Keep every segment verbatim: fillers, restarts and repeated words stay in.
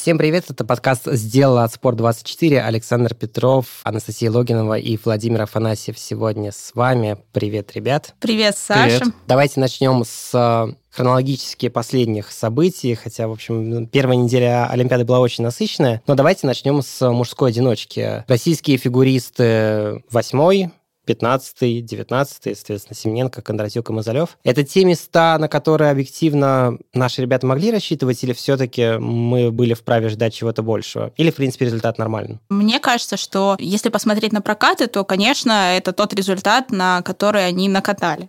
Всем привет, это подкаст «Сделала от спорт двадцать четыре». Александр Петров, Анастасия Логинова и Владимир Афанасьев сегодня с вами. Привет, ребят. Привет, Саша. Привет. Давайте начнем с хронологически последних событий, хотя, в общем, первая неделя Олимпиады была очень насыщенная, но давайте начнем с мужской одиночки. Российские фигуристы восьмой, пятнадцатый, девятнадцатый, соответственно, Семененко, Кондратюк и Мозолев. Это те места, на которые объективно наши ребята могли рассчитывать, или все-таки мы были вправе ждать чего-то большего? Или, в принципе, результат нормальный? Мне кажется, что если посмотреть на прокаты, то, конечно, это тот результат, на который они накатали.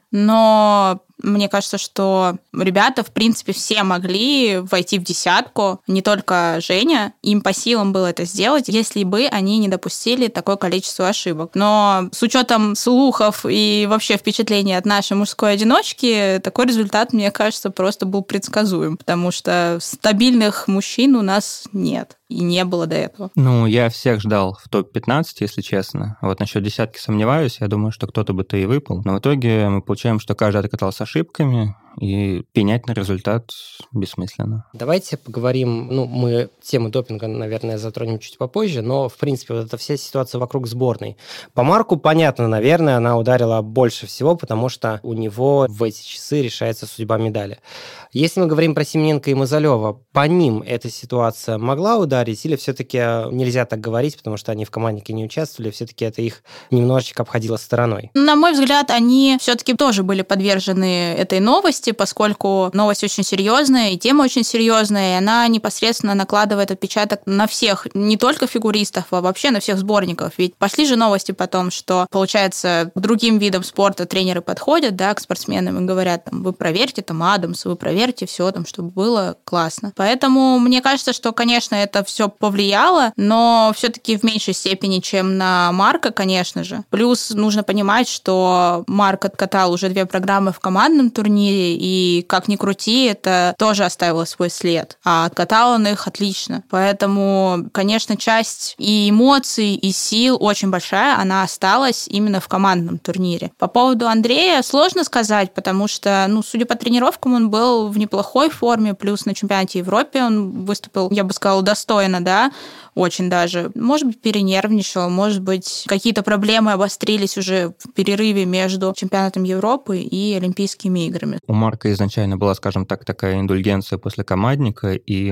Но мне кажется, что ребята, в принципе, все могли войти в десятку, не только Женя. Им по силам было это сделать, если бы они не допустили такое количество ошибок. Но с учетом слухов и вообще впечатлений от нашей мужской одиночки, такой результат, мне кажется, просто был предсказуем, потому что стабильных мужчин у нас нет. И не было до этого. Ну, я всех ждал в топ пятнадцать, если честно. Вот насчет десятки сомневаюсь. Я думаю, что кто-то бы то и выпал. Но в итоге мы получаем, что каждый откатался ошибками, и пенять на результат бессмысленно. Давайте поговорим, ну, мы тему допинга, наверное, затронем чуть попозже, но, в принципе, вот эта вся ситуация вокруг сборной. По Марку, понятно, наверное, она ударила больше всего, потому что у него в эти часы решается судьба медали. Если мы говорим про Семененко и Мозолева, по ним эта ситуация могла ударить, или все-таки нельзя так говорить, потому что они в команднике не участвовали, все-таки это их немножечко обходило стороной? На мой взгляд, они все-таки тоже были подвержены этой новости, поскольку новость очень серьезная, и тема очень серьезная, и она непосредственно накладывает отпечаток на всех, не только фигуристов, а вообще на всех сборников. Ведь пошли же новости потом, что, получается, к другим видам спорта тренеры подходят, да, к спортсменам и говорят, там, вы проверьте там Адамс, вы проверьте все, там, чтобы было классно. Поэтому мне кажется, что, конечно, это все повлияло, но все-таки в меньшей степени, чем на Марка, конечно же. Плюс нужно понимать, что Марк откатал уже две программы в командном турнире, и как ни крути, это тоже оставило свой след. А откатал он их отлично. Поэтому, конечно, часть и эмоций, и сил очень большая, она осталась именно в командном турнире. По поводу Андрея сложно сказать, потому что, ну, судя по тренировкам, он был в неплохой форме, плюс на чемпионате Европы он выступил, я бы сказала, достойно, да, очень даже. Может быть, перенервничал, может быть, какие-то проблемы обострились уже в перерыве между чемпионатом Европы и Олимпийскими играми. У Марка изначально была, скажем так, такая индульгенция после командника, и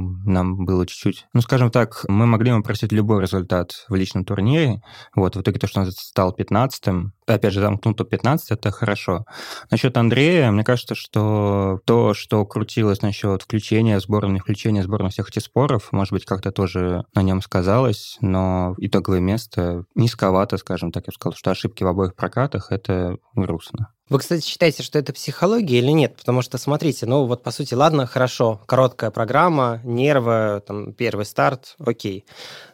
нам было чуть-чуть... Ну, скажем так, мы могли ему просить любой результат в личном турнире. Вот, в итоге то, что он стал пятнадцатым, опять же, замкнул топ пятнадцать, это хорошо. Насчет Андрея, мне кажется, что то, что крутилось насчет включения сборной, включения сборной всех этих споров, может быть, как-то тоже на нем сказалось, но итоговое место низковато, скажем так. Я бы сказал, что ошибки в обоих прокатах — это грустно. Вы, кстати, считаете, что это психология или нет? Потому что, смотрите, ну вот, по сути, ладно, хорошо, короткая программа, нервы, там, первый старт, окей.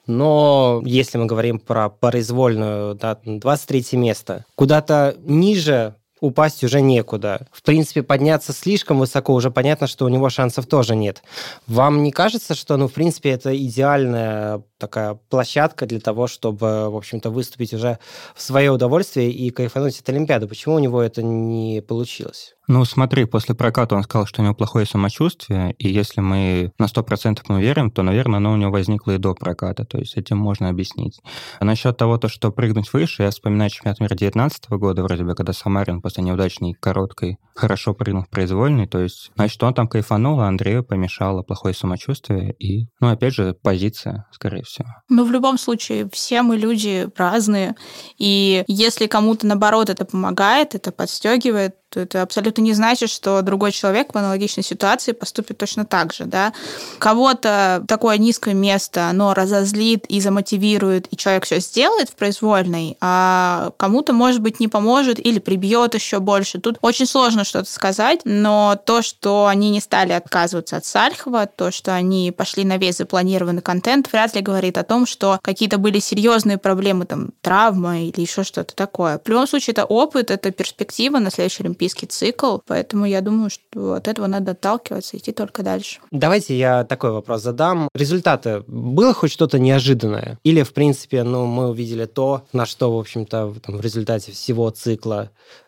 Но если мы говорим про произвольную, да, двадцать третье место, куда-то ниже упасть уже некуда. В принципе, подняться слишком высоко, уже понятно, что у него шансов тоже нет. Вам не кажется, что, ну, в принципе, это идеальная такая площадка для того, чтобы, в общем-то, выступить уже в свое удовольствие и кайфануть от Олимпиады? Почему у него это не получилось? Ну, смотри, после проката он сказал, что у него плохое самочувствие, и если мы на сто процентов ему верим, то, наверное, оно у него возникло и до проката, то есть этим можно объяснить. А насчет того, то, что прыгнуть выше, я вспоминаю чемпионат мира девятнадцатого года, вроде бы, когда Самарин после неудачной короткой хорошо прыгнул в произвольный, то есть, значит, он там кайфанул, а Андрею помешало плохое самочувствие и, ну, опять же, позиция, скорее всего. Ну, в любом случае, все мы люди разные, и если кому-то, наоборот, это помогает, это подстегивает, то это абсолютно не значит, что другой человек в аналогичной ситуации поступит точно так же, да. Кого-то такое низкое место, оно разозлит и замотивирует, и человек все сделает в произвольной, а кому-то, может быть, не поможет или прибьет еще больше. Тут очень сложно что-то сказать, но то, что они не стали отказываться от Сальхова, то, что они пошли на весь запланированный контент, вряд ли говорит о том, что какие-то были серьезные проблемы, там, травма или еще что-то такое. В любом случае, это опыт, это перспектива на следующий Олимпийский цикл, поэтому я думаю, что от этого надо отталкиваться и идти только дальше. Давайте я такой вопрос задам. Результаты. Было хоть что-то неожиданное? Или, в принципе, ну, мы увидели то, на что, в общем-то, там, в результате всего цикла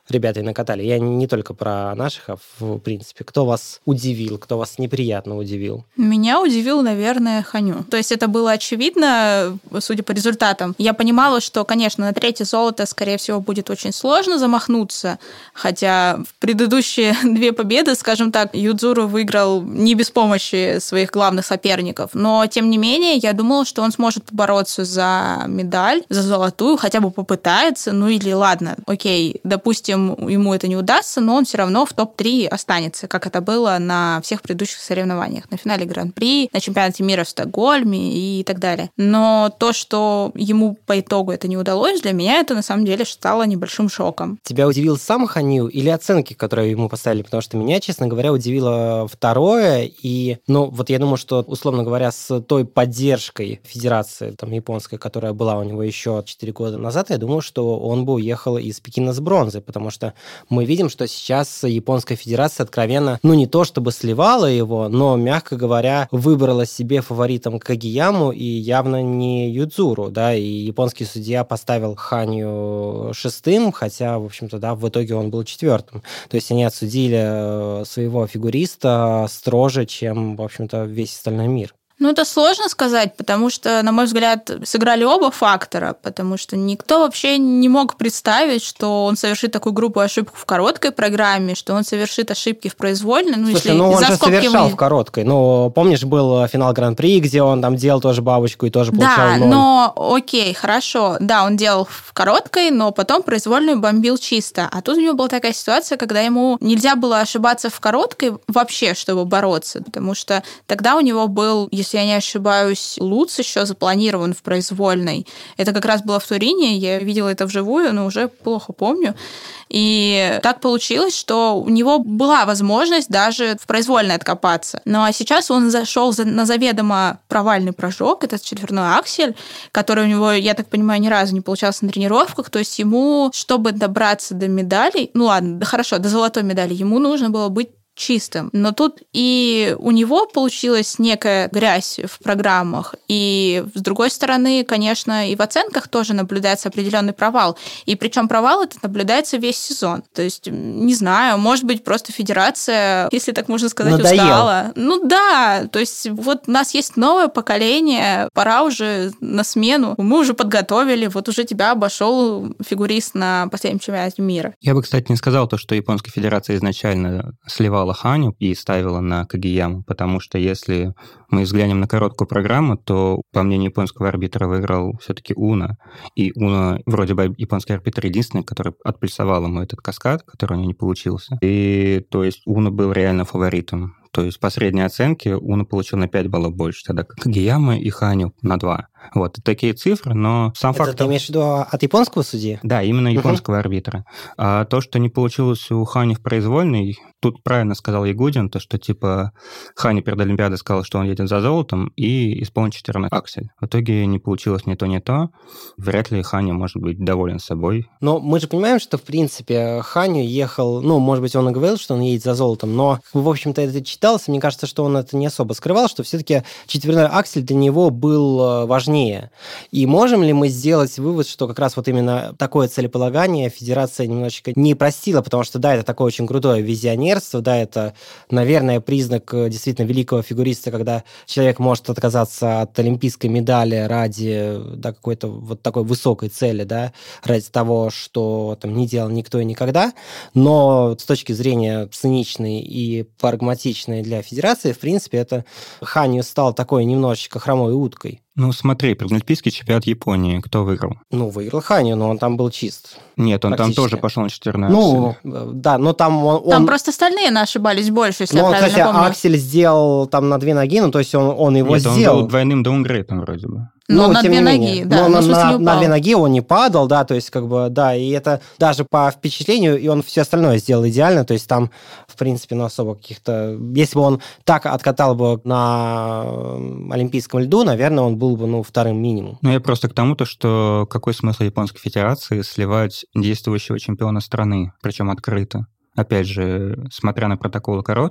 ребята и накатали. Я не только про наших, а в принципе. Кто вас удивил, кто вас неприятно удивил? Меня удивил, наверное, Ханю. То есть это было очевидно, судя по результатам. Я понимала, что, конечно, на третье золото, скорее всего, будет очень сложно замахнуться, хотя в предыдущие две победы, скажем так, Юдзуру выиграл не без помощи своих главных соперников. Но, тем не менее, я думала, что он сможет побороться за медаль, за золотую, хотя бы попытается. Ну или ладно, окей, допустим, ему это не удастся, но он все равно в топ три останется, как это было на всех предыдущих соревнованиях, на финале Гран-при, на чемпионате мира в Стокгольме и так далее. Но то, что ему по итогу это не удалось, для меня это на самом деле стало небольшим шоком. Тебя удивил сам Ханью или оценки, которые ему поставили? Потому что меня, честно говоря, удивило второе. И, ну, вот я думаю, что, условно говоря, с той поддержкой федерации там, японской, которая была у него еще четыре года назад, я думаю, что он бы уехал из Пекина с бронзой, потому что мы видим, что сейчас японская федерация откровенно, ну, не то чтобы сливала его, но, мягко говоря, выбрала себе фаворитом Кагияму и явно не Юдзуру, да, и японский судья поставил Ханью шестым, хотя, в общем-то, да, в итоге он был четвертым. То есть они отсудили своего фигуриста строже, чем, в общем-то, весь остальной мир. Ну, это сложно сказать, потому что, на мой взгляд, сыграли оба фактора, потому что никто вообще не мог представить, что он совершит такую грубую ошибку в короткой программе, что он совершит ошибки в произвольной. Ну, Слушай, если ну он же совершал мы... в короткой. Ну, помнишь, был финал Гран-при, где он там делал тоже бабочку и тоже получал да, ноль. Да, но окей, хорошо. Да, он делал в короткой, но потом произвольную бомбил чисто. А тут у него была такая ситуация, когда ему нельзя было ошибаться в короткой вообще, чтобы бороться, потому что тогда у него был, если я не ошибаюсь, Луц еще запланирован в произвольной. Это как раз было в Турине, я видела это вживую, но уже плохо помню. И так получилось, что у него была возможность даже в произвольной откопаться. Ну а сейчас он зашел на заведомо провальный прыжок, это четверной аксель, который у него, я так понимаю, ни разу не получался на тренировках. То есть ему, чтобы добраться до медалей, ну ладно, да хорошо, до золотой медали, ему нужно было быть чистым. Но тут и у него получилась некая грязь в программах, и с другой стороны, конечно, и в оценках тоже наблюдается определенный провал. И причем провал этот наблюдается весь сезон. То есть, не знаю, может быть, просто федерация, если так можно сказать, надоел. Устала. Ну да, то есть вот у нас есть новое поколение, пора уже на смену. Мы уже подготовили, вот уже тебя обошел фигурист на последнем чемпионате мира. Я бы, кстати, не сказал то, что японская федерация изначально сливала Ханю и ставила на Кагияму, потому что если мы взглянем на короткую программу, то, по мнению японского арбитра, выиграл все-таки Уна. И Уна, вроде бы, японский арбитр единственный, который отплясовал ему этот каскад, который у него не получился. И, то есть, Уна был реально фаворитом. То есть по средней оценке Уна получил на пять баллов больше, тогда как Кагияма и Ханю на два. Вот, такие цифры, но сам Это факт... ты имеешь в виду от японского судьи? Да, именно японского uh-huh. арбитра. А то, что не получилось у Хани в произвольной, тут правильно сказал Ягудин, то, что типа Хани перед Олимпиадой сказал, что он едет за золотом и исполнит четверной аксель. В итоге не получилось ни то, ни то. Вряд ли Хани может быть доволен собой. Но мы же понимаем, что, в принципе, Ханю ехал, ну, может быть, он и говорил, что он едет за золотом, но, в общем-то, это читалось, мне кажется, что он это не особо скрывал, что все-таки четверной аксель для него был важнее. И можем ли мы сделать вывод, что как раз вот именно такое целеполагание федерация немножечко не простила, потому что, да, это такое очень крутое визионерство, да, это, наверное, признак действительно великого фигуриста, когда человек может отказаться от олимпийской медали ради, да, какой-то вот такой высокой цели, да, ради того, что там не делал никто и никогда, но с точки зрения циничной и прагматичной для федерации, в принципе, это Ханью стал такой немножечко хромой уткой. Ну, смотри, предолимпийский чемпионат Японии кто выиграл? Ну, выиграл Ханью, но он там был чист. Нет, он там тоже пошел на четверной ну, аксель. Ну, да, но там он... Там он... просто остальные ошибались больше, если ну, я правильно кстати, помню. аксель сделал там на две ноги, ну, то есть он, он его Нет, сделал. он был двойным даунгрейдом вроде бы. Но ну, на две ноги, да. Но на, на, на две ноги он не падал, да, то есть как бы, да, и это даже по впечатлению, и он все остальное сделал идеально, то есть там, в принципе, ну, особо каких-то... Если бы он так откатал бы на олимпийском льду, наверное, он был бы, ну, вторым минимум. Ну, я просто к тому, то, что какой смысл японской федерации сливать действующего чемпиона страны, причем открыто. Опять же, смотря на протоколы короткой,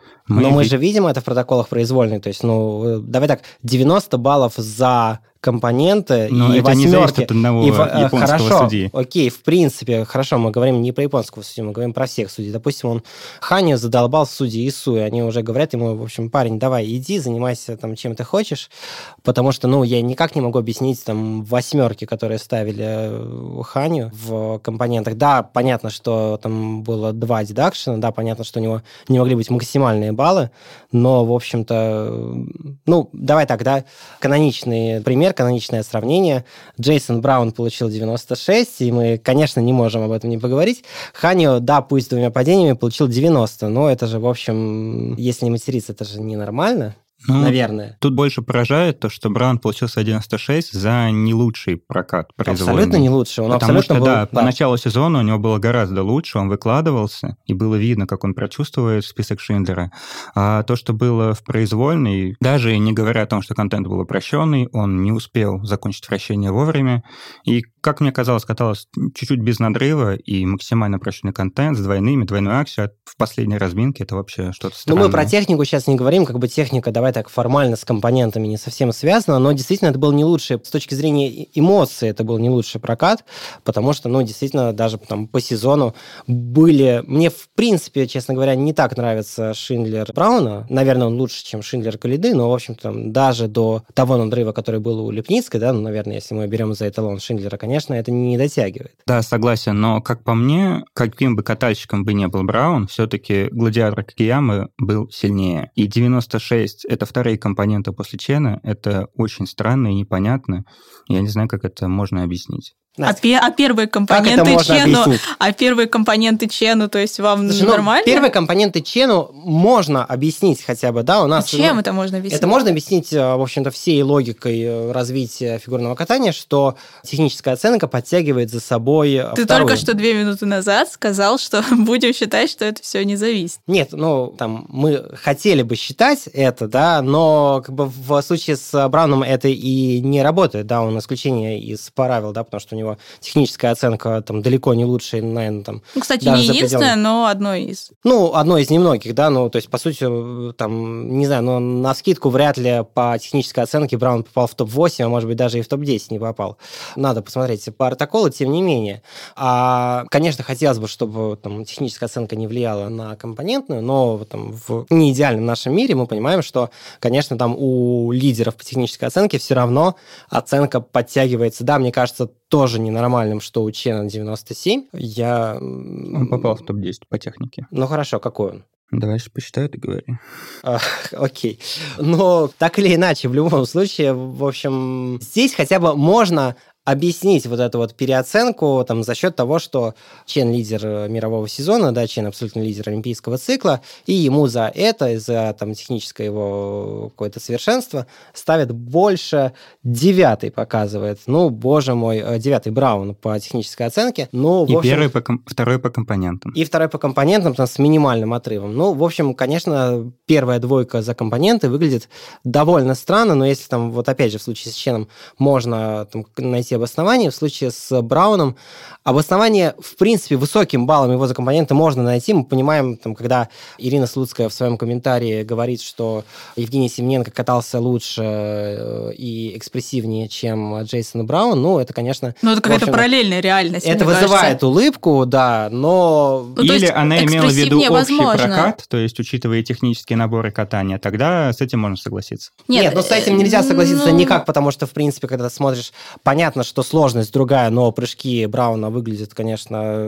Мы Но мы ви- же видим это в протоколах произвольной. То есть, ну, давай так, девяносто баллов за компоненты Но и это не зависит восьмерки. от одного И в- э, японского хорошо, судьи. окей, в принципе, хорошо, мы говорим не про японского судью, мы говорим про всех судей. Допустим, он Ханю задолбал судьи Исуи, они уже говорят ему, в общем, парень, давай, иди, занимайся там чем ты хочешь, потому что, ну, я никак не могу объяснить там восьмерки, которые ставили Ханю в компонентах. Да, понятно, что там было два дедакшена, да, понятно, что у него не могли быть максимальные баллы, но, в общем-то, ну, давай так, да, каноничный пример, каноничное сравнение. Джейсон Браун получил девяносто шесть, и мы, конечно, не можем об этом не поговорить. Ханю, да, пусть двумя падениями, получил девяносто, но это же, в общем, если не материться, это же ненормально. Ну, наверное. Тут больше поражает то, что Браун получил свои девяносто шесть за не лучший прокат произвольный. Абсолютно не лучший. Он Потому абсолютно что, был... да, по началу сезона у него было гораздо лучше, он выкладывался, и было видно, как он прочувствует список Шиндлера. А то, что было в произвольной, даже не говоря о том, что контент был упрощенный, он не успел закончить вращение вовремя, и, как мне казалось, каталось чуть-чуть без надрыва, и максимально упрощенный контент с двойными, двойной аксией в последней разминке, это вообще что-то Ну, странное. мы про технику сейчас не говорим, как бы техника, давай так, формально с компонентами не совсем связана, но действительно это был не лучший, с точки зрения эмоций, это был не лучший прокат, потому что, ну, действительно, даже там по сезону были... Мне, в принципе, честно говоря, не так нравится Шиндлер Брауна. Наверное, он лучше, чем Шиндлер Калиды, но, в общем-то, там, даже до того надрыва, который был у Лепницкой, да, ну, наверное, если мы берем за эталон Шиндлера, конечно, это не дотягивает. Да, согласен, но, как по мне, каким бы катальщиком бы не был Браун, все-таки гладиатор Кагиямы был сильнее. И девяносто шесть — это вторые компоненты после Чена, это очень странно и непонятно. Я не знаю, как это можно объяснить. А, пе- а первые компоненты Чену, а первые компоненты Чену, то есть вам Слушай, нормально? Ну, первые компоненты Чену можно объяснить хотя бы, да, у нас... Чем ну, это можно объяснить? Это можно объяснить, в общем-то, всей логикой развития фигурного катания, что техническая оценка подтягивает за собой Ты вторую. только что две минуты назад сказал, что будем считать, что это все не зависит. Нет, ну, там, мы хотели бы считать это, да, но как бы в случае с Брауном это и не работает, да, он исключение из правил, да, потому что у него техническая оценка там далеко не лучшая, наверное, там... Ну, кстати, не единственное, но одно из. Ну, одно из немногих, да, ну, то есть, по сути, там, не знаю, но на скидку вряд ли по технической оценке Браун попал в топ восемь, а может быть, даже и в топ десять не попал. Надо посмотреть по протоколу, тем не менее. А, конечно, хотелось бы, чтобы там техническая оценка не влияла на компонентную, но там, в неидеальном нашем мире мы понимаем, что, конечно, там у лидеров по технической оценке все равно оценка подтягивается. Да, мне кажется, тоже ненормальным, что у Чена девяносто семь. Я... Он попал в топ десять по технике. Ну, хорошо, какой он? Давай же посчитаю, ты говори. А, окей. Но так или иначе, в любом случае, в общем, здесь хотя бы можно объяснить вот эту вот переоценку там, за счет того, что Чен лидер мирового сезона, да, Чен абсолютно лидер олимпийского цикла, и ему за это, за там, техническое его какое-то совершенство ставят больше. Девятый показывает. Ну, боже мой, девятый Браун по технической оценке. Ну, в и общем, первый по, второй по компонентам. И второй по компонентам там, с минимальным отрывом. Ну, в общем, конечно, первая двойка за компоненты выглядит довольно странно, но если там, вот опять же, в случае с Ченом можно там, найти обоснование, в случае с Брауном обоснование, в принципе, высоким баллом его за компоненты можно найти. Мы понимаем, там, когда Ирина Слуцкая в своем комментарии говорит, что Евгений Семененко катался лучше и экспрессивнее, чем Джейсон Браун, ну, это, конечно... Ну, это какая-то параллельная реальность, Это вызывает кажется. улыбку, да, но... Ну, Или она имела в виду общий возможно. прокат, то есть, учитывая технические наборы катания, тогда с этим можно согласиться. Нет, Нет но с этим нельзя согласиться ну... никак, потому что, в принципе, когда ты смотришь, понятно, что сложность другая, но прыжки Брауна выглядят, конечно,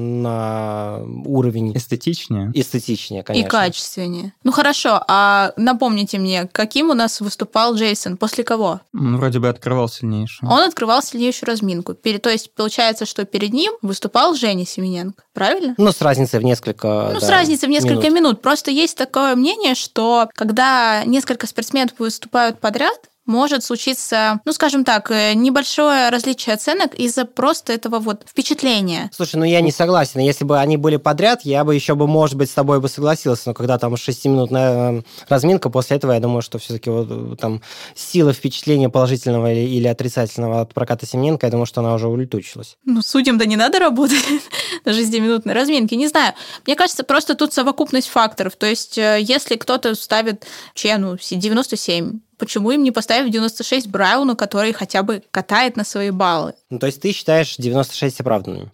на уровень... Эстетичнее. Эстетичнее, конечно. И качественнее. Ну, хорошо, а напомните мне, каким у нас выступал Джейсон? После кого? Ну, вроде бы открывал сильнейшую. Он открывал сильнейшую разминку. То есть, получается, что перед ним выступал Женя Семененко, правильно? Ну, с разницей в несколько Ну, да, с разницей в несколько минут. минут. Просто есть такое мнение, что когда несколько спортсменов выступают подряд, может случиться, ну, скажем так, небольшое различие оценок из-за просто этого вот впечатления. Слушай, ну я не согласен. Если бы они были подряд, я бы еще бы, может быть, с тобой бы согласился. Но когда там шестиминутная разминка, после этого я думаю, что все-таки вот, там сила впечатления положительного или, или отрицательного от проката Семененко, я думаю, что она уже улетучилась. Ну, судьям-то не надо работать на шестиминутной разминке. Не знаю. Мне кажется, просто тут совокупность факторов. То есть, если кто-то ставит Чену девяносто семь, почему им не поставить девяносто шесть Брауну, который хотя бы катает на свои баллы? Ну, то есть ты считаешь девяносто шесть оправданными?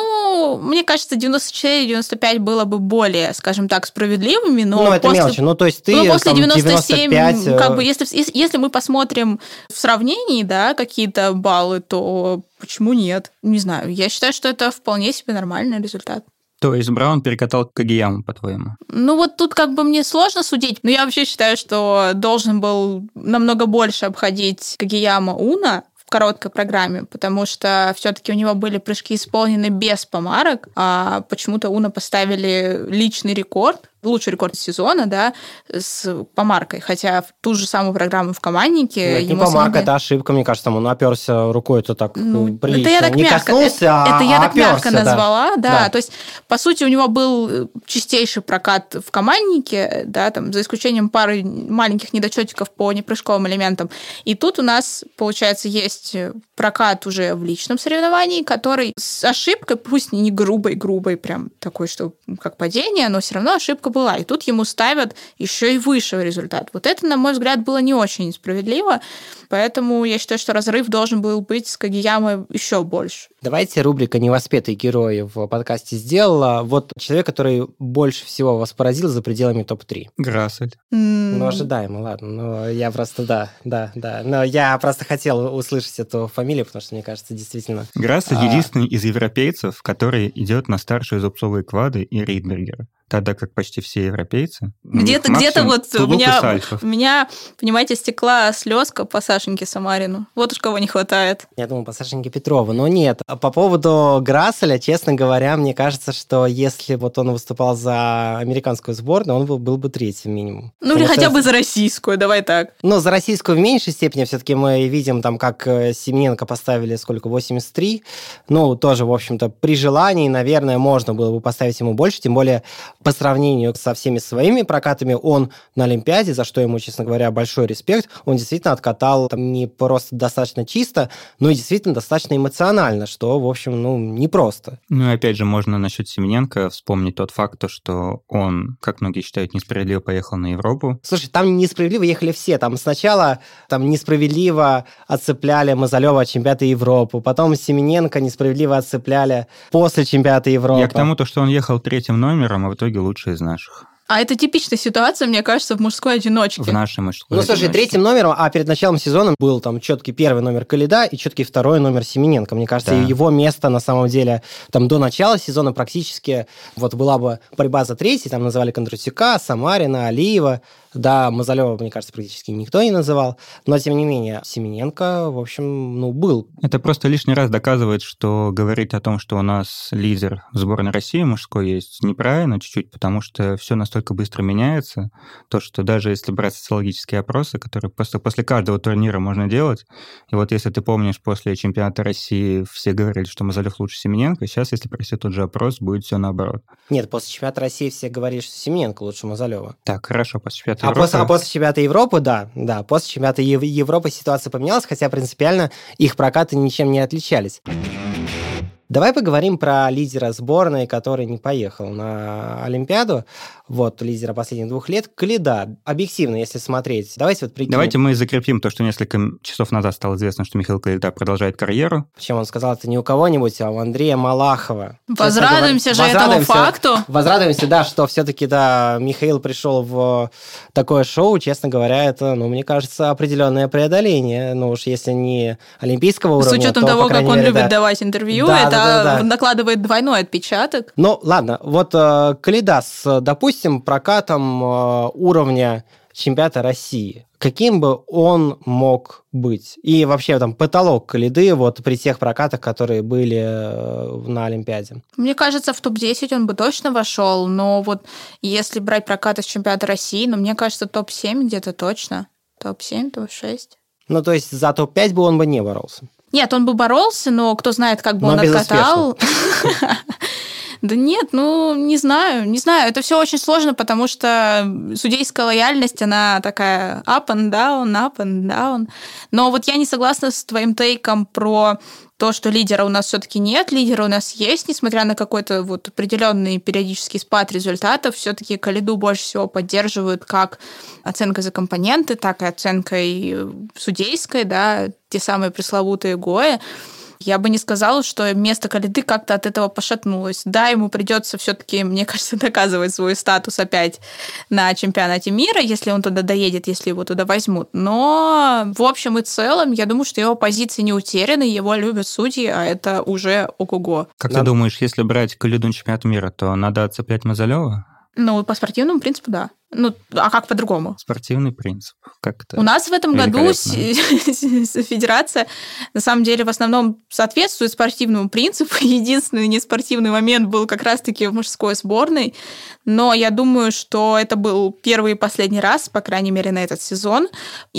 Ну, мне кажется, девяносто четыре девяносто пять было бы более, скажем так, справедливыми, но ну, это после... мелочи. Ну, то есть ты ну, после там, девяносто семь, девяносто пять... как бы, если, если мы посмотрим в сравнении, да, какие-то баллы, то почему нет? Не знаю. Я считаю, что это вполне себе нормальный результат. То есть Браун перекатал Кагияму, по-твоему? Ну вот тут как бы мне сложно судить, но я вообще считаю, что должен был намного больше обходить Кагияма Уна в короткой программе, потому что все-таки у него были прыжки исполнены без помарок, а почему-то Уна поставили личный рекорд, лучший рекорд сезона, да, с помаркой, хотя в ту же самую программу в команднике... Ну, не помарка, самого... это ошибка, мне кажется, он оперся рукой, это так ну, прилично. Это я так не мягко, коснулся, это, а это я так оперся, мягко да. назвала, да. да. То есть, по сути, у него был чистейший прокат в команднике, да, там, за исключением пары маленьких недочетиков по непрыжковым элементам. И тут у нас, получается, есть прокат уже в личном соревновании, который с ошибкой, пусть не грубой-грубой, прям такой, что как падение, но все равно ошибка была. И тут ему ставят еще и выше результат. Вот это, на мой взгляд, было не очень справедливо, поэтому я считаю, что разрыв должен был быть с Кагиямой еще больше. Давайте рубрика «Невоспетые герои» в подкасте сделала. Вот человек, который больше всего вас поразил за пределами топ три. Грассель. Mm. Ну, ожидаемо, ладно. Но я просто, да, да, да. Но я просто хотел услышать эту фамилию, потому что, мне кажется, действительно... Грассель а... единственный из европейцев, который идет на старшие зубцовые квады и Ридбергера. Тогда как почти все европейцы... Где-то, где-то вот у меня, у меня, понимаете, стекла слезка по Сашеньке Самарину. Вот уж кого не хватает. Я думал, по Сашеньке Петрову, но нет. По поводу Грасселя, честно говоря, мне кажется, что если вот он выступал за американскую сборную, он был, был бы третьим минимум. Ну, или хотя бы за российскую, давай так. Ну, за российскую в меньшей степени. Все-таки мы видим, там, как Семененко поставили, сколько, восемьдесят три. Ну, тоже, в общем-то, при желании, наверное, можно было бы поставить ему больше, тем более по сравнению со всеми своими прокатами, он на Олимпиаде, за что ему, честно говоря, большой респект, он действительно откатал там не просто достаточно чисто, но и действительно достаточно эмоционально, что, в общем, ну, непросто. Ну и опять же, можно насчет Семененко вспомнить тот факт, что он, как многие считают, несправедливо поехал на Европу. Слушай, там несправедливо ехали все. Там сначала там несправедливо отцепляли Мазалева от чемпионата Европы, потом Семененко несправедливо отцепляли после чемпионата Европы. Я к тому, что он ехал третьим номером, а в итоге лучший из наших. А это типичная ситуация, мне кажется, в мужской одиночке. В нашей мужской Ну, слушай, одиночке. третьим номером, а перед началом сезона был там четкий первый номер Коляда и четкий второй номер Семененко. Мне кажется, да. его место на самом деле там до начала сезона практически вот была бы борьба за третий, там называли Кондратюка, Самарина, Алиева. Да, Мазалева, мне кажется, практически никто не называл, но, тем не менее, Семененко, в общем, ну, был. Это просто лишний раз доказывает, что говорить о том, что у нас лидер сборной России мужской есть, неправильно чуть-чуть, потому что все настолько быстро меняется, то, что даже если брать социологические опросы, которые просто после каждого турнира можно делать, и вот если ты помнишь, после чемпионата России все говорили, что Мазалев лучше Семененко, сейчас, если провести тот же опрос, будет все наоборот. Нет, после чемпионата России все говорили, что Семененко лучше Мазалева. Так, хорошо, после чемпионата А Европы... после, а после чемпионата Европы, да, да, после чемпионата Ев- Европы ситуация поменялась, хотя принципиально их прокаты ничем не отличались. Давай поговорим про лидера сборной, который не поехал на Олимпиаду. Вот, лидера последних двух лет. Коляда. Объективно, если смотреть. Давайте вот прикинем. Давайте мы закрепим то, что несколько часов назад стало известно, что Михаил Коляда продолжает карьеру. Причем он сказал это не у кого-нибудь, а у Андрея Малахова. Возрадуемся же этому факту. Возрадуемся, да, что все-таки, да, Михаил пришел в такое шоу. Честно говоря, это, ну, мне кажется, определенное преодоление. Ну уж если не олимпийского уровня, С учетом то, того, по как он мере, любит да. давать интервью, Да, это да, да, да. накладывает двойной отпечаток. Ну, ладно, вот э, Коляда с, допустим, прокатом э, уровня чемпионата России. Каким бы он мог быть? И вообще там потолок Коляды вот при тех прокатах, которые были э, на Олимпиаде. Мне кажется, в топ десять он бы точно вошел, но вот если брать прокаты с чемпионата России, ну, мне кажется, топ семь где-то точно. топ семь, топ шесть. Ну, то есть за топ пять бы он бы не боролся? Нет, он бы боролся, но кто знает, как бы но он откатал. Да нет, ну, не знаю, не знаю. Это все очень сложно, потому что судейская лояльность, она такая up and down, up and down. Но вот я не согласна с твоим тейком про то, что лидера у нас все-таки нет, лидера у нас есть, несмотря на какой-то вот определенный периодический спад результатов, все-таки Калиду больше всего поддерживают как оценкой за компоненты, так и оценкой судейской, да, те самые пресловутые ГОЭ. Я бы не сказала, что место Калиды как-то от этого пошатнулось. Да, ему придется все-таки, мне кажется, доказывать свой статус опять на чемпионате мира, если он туда доедет, если его туда возьмут. Но в общем и целом, я думаю, что его позиции не утеряны, его любят судьи, а это уже ого-го. Как надо... ты думаешь, если брать Калиду на чемпионат мира, то надо отцеплять Мазалева? Ну, по спортивному принципу, да. Ну, а как по-другому? Спортивный принцип. Как это? У нас в этом году федерация, на самом деле, в основном соответствует спортивному принципу. Единственный неспортивный момент был как раз-таки в мужской сборной. Но я думаю, что это был первый и последний раз, по крайней мере, на этот сезон.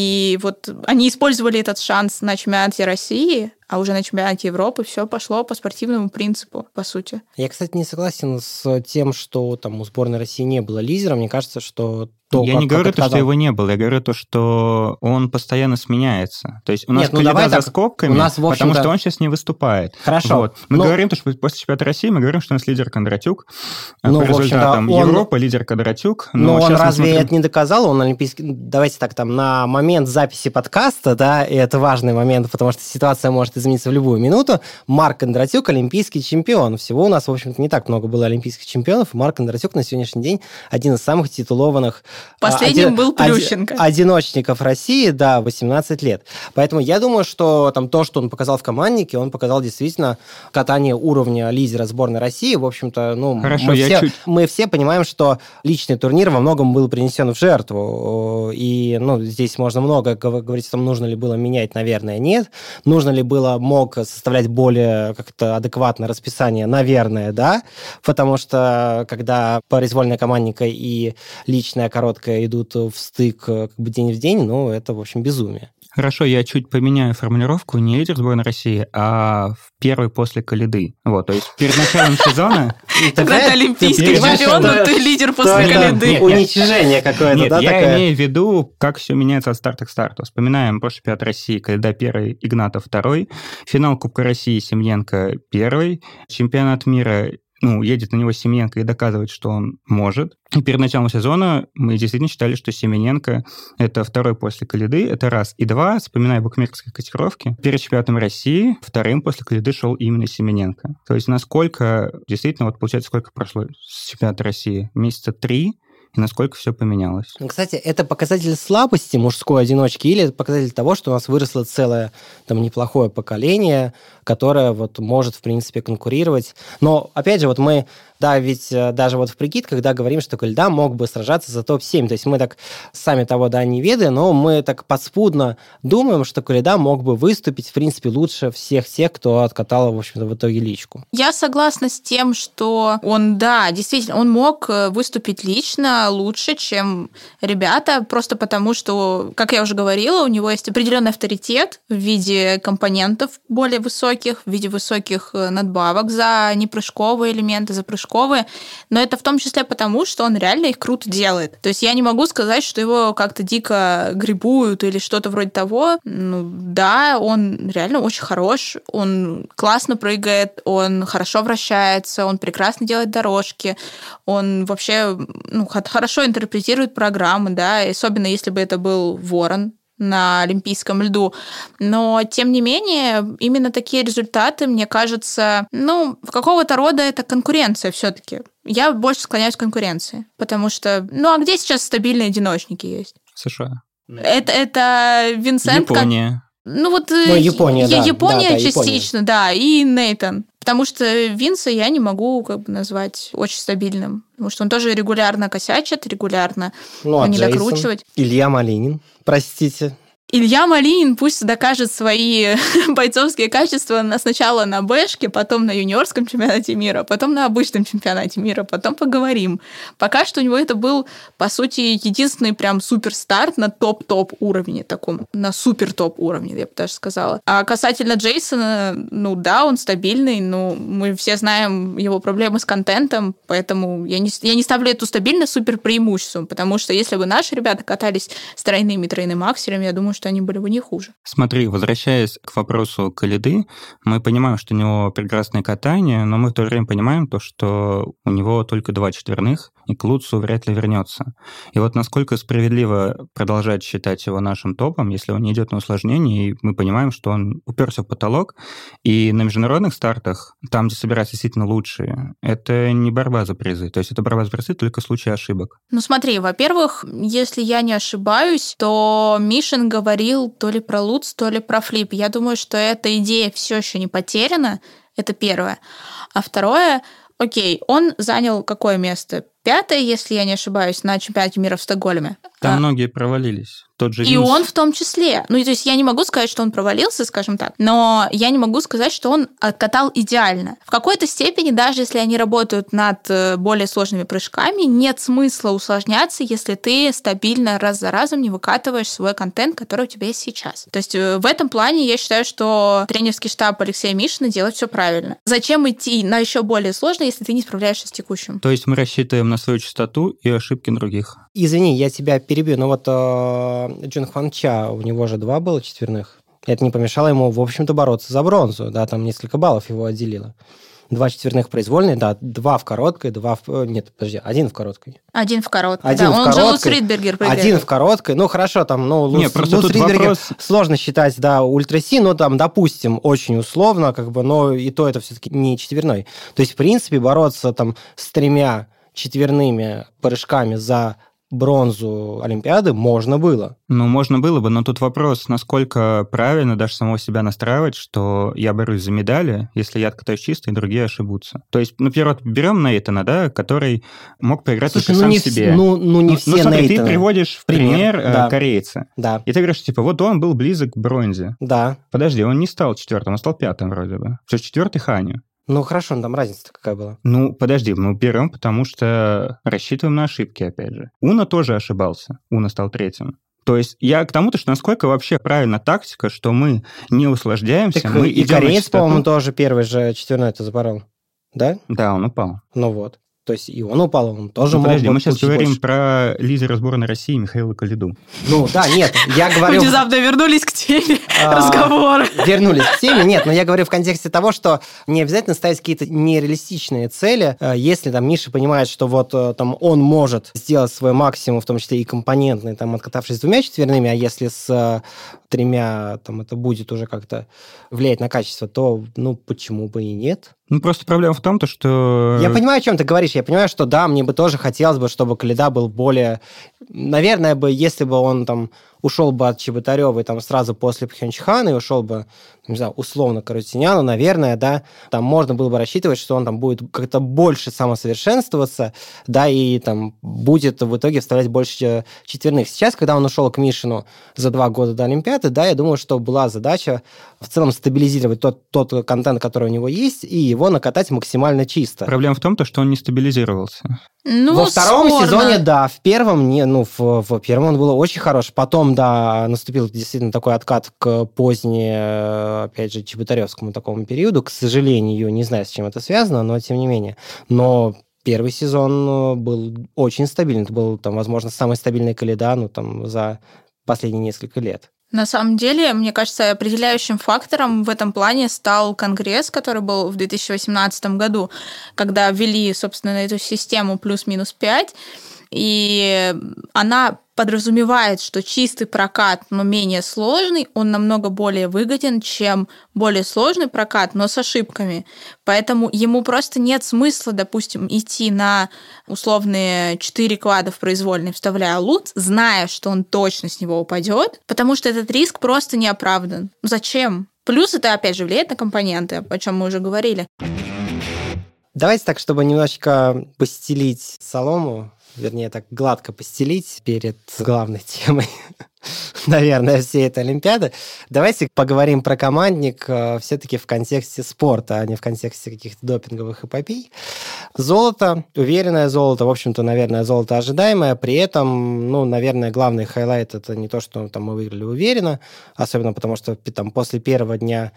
И вот они использовали этот шанс на чемпионате России, а уже на чемпионате Европы все пошло по спортивному принципу, по сути. Я, кстати, не согласен с тем, что там у сборной России не было лидера. Мне кажется, что то, я как, не говорю как то, что его не было, я говорю то, что он постоянно сменяется. То есть у нас Нет, ну Калида за так, скобками, нас, потому что он сейчас не выступает. Хорошо. Вот. Мы но... говорим, то, что после чемпионата России мы говорим, что у нас лидер Кондратюк. Ну, по результатам он... Европа лидер Кондратюк. Но, но он разве смотрим... это не доказал? Он олимпийский... Давайте так, там, на момент записи подкаста, да, и это важный момент, потому что ситуация может измениться в любую минуту, Марк Кондратюк олимпийский чемпион. Всего у нас, в общем-то, не так много было олимпийских чемпионов, и Марк Кондратюк на сегодняшний день один из самых титулованных... Последним был Плющенко. Одиночников России, да, восемнадцать лет. Поэтому я думаю, что там то, что он показал в команднике, он показал действительно катание уровня лидера сборной России. В общем-то, ну, Хорошо, мы, я все, чуть... мы все понимаем, что личный турнир во многом был принесен в жертву. И, ну, здесь можно много говорить о том, нужно ли было менять, наверное, нет. Нужно ли было, мог составлять более как-то адекватное расписание, наверное, да. Потому что, когда произвольная командника и личная короткая идут в стык как бы день в день, ну, это, в общем, безумие. Хорошо, я чуть поменяю формулировку. Не лидер сборной России, а в первый после Калиды. Вот, то есть перед началом сезона... Когда ты олимпийский чемпион, но ты лидер после Калиды. Уничижение какое-то, да? Нет, я имею в виду, как все меняется от старта к старту. Вспоминаем прошлый чемпионат России, Калида первый, Игнатов второй, финал Кубка России Семененко первый, чемпионат мира... Ну, едет на него Семененко и доказывает, что он может. И перед началом сезона мы действительно считали, что Семененко – это второй после Калиды, это раз. И два, вспоминая букмекерские котировки, перед чемпионатом России вторым после Калиды шел именно Семененко. То есть насколько, действительно, вот получается, сколько прошло с чемпионата России? Месяца три, и насколько все поменялось. Кстати, это показатель слабости мужской одиночки или это показатель того, что у нас выросло целое там неплохое поколение, которое вот может, в принципе, конкурировать. Но, опять же, вот мы, да, ведь даже вот в прикидках, да, говорим, что Калида мог бы сражаться за топ семь. То есть мы так, сами того, да, не ведая, но мы так подспудно думаем, что Калида мог бы выступить, в принципе, лучше всех тех, кто откатал, в общем-то, в итоге личку. Я согласна с тем, что он, да, действительно, он мог выступить лично лучше, чем ребята, просто потому что, как я уже говорила, у него есть определенный авторитет в виде компонентов более высоких, в виде высоких надбавок за непрыжковые элементы, за прыжковые, но это в том числе потому, что он реально их круто делает. То есть я не могу сказать, что его как-то дико грибуют или что-то вроде того. Ну, да, он реально очень хорош, он классно прыгает, он хорошо вращается, он прекрасно делает дорожки, он вообще ну, хорошо интерпретирует программы, да, и особенно если бы это был Ворон на олимпийском льду. Но, тем не менее, именно такие результаты, мне кажется, ну, в какого-то рода это конкуренция все-таки. Я больше склоняюсь к конкуренции, потому что, ну, а где сейчас стабильные одиночники есть? США. Это, это Винсент... Япония. Как... Ну, вот ну, Япония, да. Япония да, да, частично, Япония. Да, и Нейтан. Потому что Винса я не могу как бы назвать очень стабильным. Потому что он тоже регулярно косячит, регулярно ну, а не Джейсон? докручивать. Илья Малинин, простите. Илья Малинин пусть докажет свои бойцовские качества сначала на бэшке, потом на юниорском чемпионате мира, потом на обычном чемпионате мира, потом поговорим. Пока что у него это был, по сути, единственный прям суперстарт на топ-топ уровне таком, на супер-топ уровне, я бы даже сказала. А касательно Джейсона, ну да, он стабильный, но мы все знаем его проблемы с контентом, поэтому я не, я не ставлю эту стабильность супер преимуществом, потому что если бы наши ребята катались с тройными и тройным акселем, я думаю, что они были бы не хуже. Смотри, возвращаясь к вопросу Калиды, мы понимаем, что у него прекрасное катание, но мы в то же время понимаем то, что у него только два четверных, и к Луцу вряд ли вернется. И вот насколько справедливо продолжать считать его нашим топом, если он не идет на усложнение, и мы понимаем, что он уперся в потолок, и на международных стартах, там, где собираются действительно лучшие, это не борьба за призы, то есть это борьба за призы только в случае ошибок. Ну смотри, во-первых, если я не ошибаюсь, то Мишин говорил то ли про Луц, то ли про Флип. Я думаю, что эта идея все еще не потеряна, это первое. А второе, окей, он занял какое место? Пятое, если я не ошибаюсь, на чемпионате мира в Стокгольме. Там а... многие провалились. Тот же И Винс. он в том числе. Ну, то есть я не могу сказать, что он провалился, скажем так, но я не могу сказать, что он откатал идеально. В какой-то степени, даже если они работают над более сложными прыжками, нет смысла усложняться, если ты стабильно раз за разом не выкатываешь свой контент, который у тебя есть сейчас. То есть в этом плане я считаю, что тренерский штаб Алексея Мишина делает все правильно. Зачем идти на еще более сложное, если ты не справляешься с текущим? То есть мы рассчитываем на свою частоту и ошибки других. Извини, я тебя перебью, но вот э, Джун Хван Ча, у него же два было четверных. Это не помешало ему, в общем-то, бороться за бронзу, да, там несколько баллов его отделило. Два четверных произвольные, да, два в короткой, два в... Нет, подожди, один в короткой. Один в короткой, один да, в он короткой, же Луц Ридбергер прыгает. Один в короткой, ну, хорошо, там, ну, Луц, Луц Ридбергер вопрос... сложно считать, да, ультраси, но там, допустим, очень условно, как бы, но и то это все-таки не четверной. То есть, в принципе, бороться там с тремя четверными прыжками за бронзу Олимпиады можно было. Ну, можно было бы, но тут вопрос, насколько правильно даже самого себя настраивать, что я борюсь за медали, если я откатаюсь чисто, и другие ошибутся. То есть, например, вот берем Нейтана, да, который мог поиграть Слушай, только ну сам не себе. Ну, ну не ну, все ну, смотри, Нейтаны. Ты приводишь в пример, пример да. корейца. Да. И ты говоришь, типа, вот он был близок к бронзе. Да. Подожди, он не стал четвертым, он стал пятым вроде бы. Все, четвертый Ханю. Ну, хорошо, ну там разница какая была? Ну, подожди, мы берем, потому что рассчитываем на ошибки, опять же. Уна тоже ошибался. Уна стал третьим. То есть я к тому-то, что насколько вообще правильна тактика, что мы не усложняемся, так мы и идем кореец, по-моему, тоже первый же четверной это запорол. Да? Да, он упал. Ну вот. То есть и он упал, он тоже ну, мог подожди, бы мы сейчас говорим больше. про лидера сборной России Михаила Калиду. Ну да, нет, я говорю... Внезапно вернулись к теме разговора. Вернулись к теме, нет, но я говорю в контексте того, что не обязательно ставить какие-то нереалистичные цели, если там Миша понимает, что вот там он может сделать свой максимум, в том числе и компонентный, там откатавшись с двумя четверными, а если с тремя там это будет уже как-то влиять на качество, то ну почему бы и нет? Ну, просто проблема в том, то, что... Я понимаю, о чем ты говоришь. Я понимаю, что да, мне бы тоже хотелось бы, чтобы Калида был более... Наверное, бы, если бы он там ушел бы от Чеботарева и там сразу после Пхенчхана и ушел бы, не знаю, условно к Арутюняну, наверное, да, там можно было бы рассчитывать, что он там будет как-то больше самосовершенствоваться, да, и там будет в итоге вставлять больше четверных. Сейчас, когда он ушел к Мишину за два года до Олимпиады, да, я думаю, что была задача в целом стабилизировать тот, тот контент, который у него есть, и его накатать максимально чисто. Проблема в том, что он не стабилизировался. Ну, Во втором спорно. сезоне, да, в первом, не, ну, в, в первом он был очень хорош. Потом, да, наступил действительно такой откат к позднему, опять же, чеботаревскому такому периоду. К сожалению, не знаю, с чем это связано, но тем не менее. Но первый сезон был очень стабильный. Это был, там, возможно, самый стабильный Калида, ну, там, за последние несколько лет. На самом деле, мне кажется, определяющим фактором в этом плане стал конгресс, который был в две тысячи восемнадцатом году, когда ввели, собственно, эту систему плюс-минус пять, и она подразумевает, что чистый прокат, но менее сложный, он намного более выгоден, чем более сложный прокат, но с ошибками. Поэтому ему просто нет смысла, допустим, идти на условные четыре квада в произвольный, вставляя лут, зная, что он точно с него упадет, потому что этот риск просто не оправдан. Зачем? Плюс это, опять же, влияет на компоненты, о чем мы уже говорили. Давайте так, чтобы немножечко постелить солому, вернее, так гладко постелить перед главной темой. наверное, всей этой Олимпиады. Давайте поговорим про командник все-таки в контексте спорта, а не в контексте каких-то допинговых эпопей. Золото, уверенное золото, в общем-то, наверное, золото ожидаемое. При этом, ну, наверное, главный хайлайт – это не то, что там, мы выиграли уверенно, особенно потому, что там, после первого дня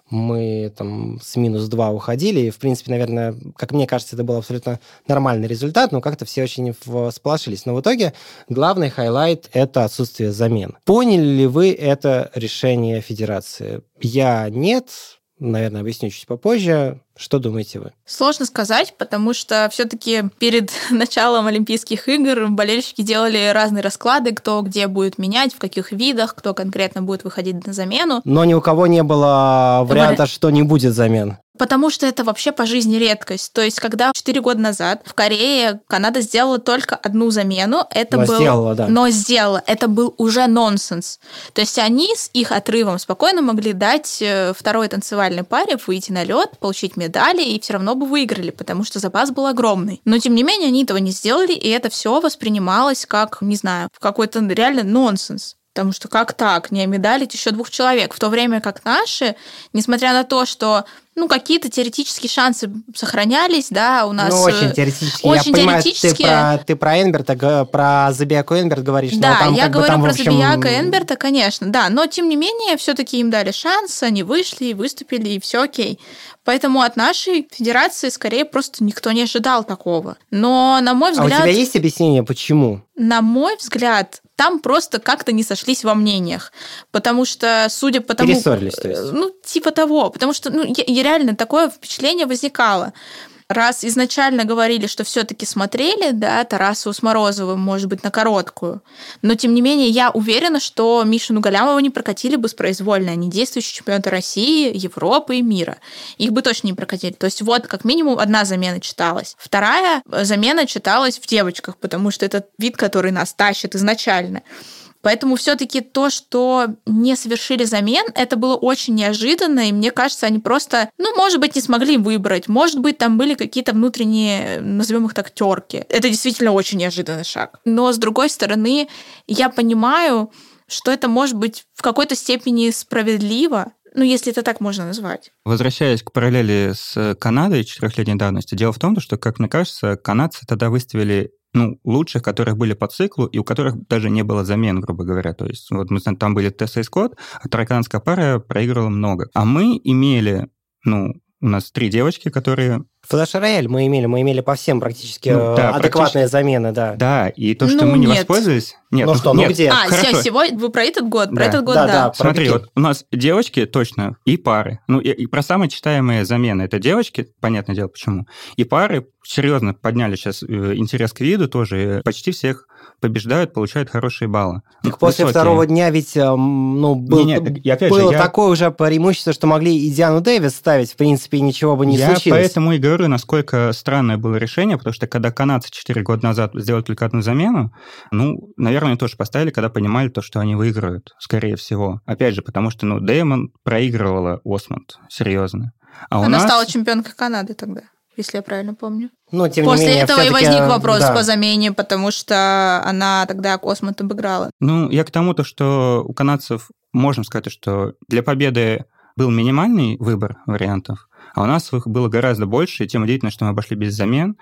мы там, с минус два уходили. И, в принципе, наверное, как мне кажется, это был абсолютно нормальный результат, но как-то все очень всполошились. Но в итоге главный хайлайт – это отсутствие замен. Поняли ли вы это решение федерации? Я нет. Наверное, объясню чуть попозже. Что думаете вы? Сложно сказать, потому что все-таки перед началом Олимпийских игр болельщики делали разные расклады, кто где будет менять, в каких видах, кто конкретно будет выходить на замену. Но ни у кого не было варианта, что не будет замен. Потому что это вообще по жизни редкость. То есть, когда четыре года назад в Корее Канада сделала только одну замену, это но был... сделала, да. Но сделала. Это был уже нонсенс. То есть, они с их отрывом спокойно могли дать второй танцевальной паре выйти на лед, получить медали, и все равно бы выиграли, потому что запас был огромный. Но, тем не менее, они этого не сделали, и это все воспринималось как, не знаю, какой-то реально нонсенс. Потому что как так? Не медалить еще двух человек. В то время как наши, несмотря на то, что ну, какие-то теоретические шансы сохранялись, да, у нас... Ну, очень теоретически. Очень я понимаю, теоретически. Ты про, ты про Энберта, про Забияку Энберт говоришь. Да, но там, я как говорю бы, там, про в общем... Забияка Энберта, конечно, да. Но, тем не менее, все-таки им дали шанс, они вышли, выступили, и все окей. Поэтому от нашей федерации, скорее, просто никто не ожидал такого. Но, на мой взгляд... А у тебя есть объяснение, почему? На мой взгляд, там просто как-то не сошлись во мнениях. Потому что, судя по тому... Перессорились, то есть? Ну, типа того. Потому что, ну, я, я реально такое впечатление возникало. Раз изначально говорили, что все-таки смотрели, да, Тарасову с Морозовым, может быть, на короткую, но, тем не менее, я уверена, что Мишу Нугалямова не прокатили бы с произвольной. Они действующие чемпионы России, Европы и мира. Их бы точно не прокатили. То есть вот как минимум одна замена читалась. Вторая замена читалась в девочках, потому что это вид, который нас тащит изначально. Поэтому все-таки то, что не совершили замен, это было очень неожиданно, и мне кажется, они просто, ну, может быть, не смогли выбрать, может быть, там были какие-то внутренние, назовем их так, терки. Это действительно очень неожиданный шаг. Но, с другой стороны, я понимаю, что это может быть в какой-то степени справедливо, ну, если это так можно назвать. Возвращаясь к параллели с Канадой четырехлетней давности, дело в том, что, как мне кажется, канадцы тогда выставили ну, лучших, которые были по циклу, и у которых даже не было замен, грубо говоря. То есть вот мы там были Тесса и Скотт, а тараканская пара проигрывала много. А мы имели, ну, у нас три девочки, которые... Флэш-рояль мы имели, мы имели по всем практически ну, да, адекватные практически... замены, да. Да, и то, что ну, мы не нет. воспользовались... Нет, ну что, нет. ну где? А, Хорошо. сегодня вы про этот год, про да. этот год, да. да. да Смотри, вот у нас девочки точно и пары. Ну, и, и про самые читаемые замены. Это девочки, понятное дело, почему. И пары серьезно подняли сейчас интерес к виду тоже. Почти всех побеждают, получают хорошие баллы. Так после высокие. второго дня ведь ну, был, не, не, я, опять было же, я... такое уже преимущество, что могли и Диану Дэвис ставить, в принципе, и ничего бы не я случилось. Я поэтому и говорю, насколько странное было решение, потому что когда канадцы четыре года назад сделали только одну замену, ну, наверное, они тоже поставили, когда понимали то, что они выиграют, скорее всего. Опять же, потому что, ну, Дэймон проигрывала Осмонд, серьезно. А Она у нас... стала чемпионкой Канады тогда, если я правильно помню. Но, тем После не менее, этого и возник вопрос да. по замене, потому что она тогда Осмонд обыграла. Ну, я к тому, то, что у канадцев можно сказать, что для победы был минимальный выбор вариантов, а у нас их было гораздо больше, и тем удивительно, что мы обошли без замен.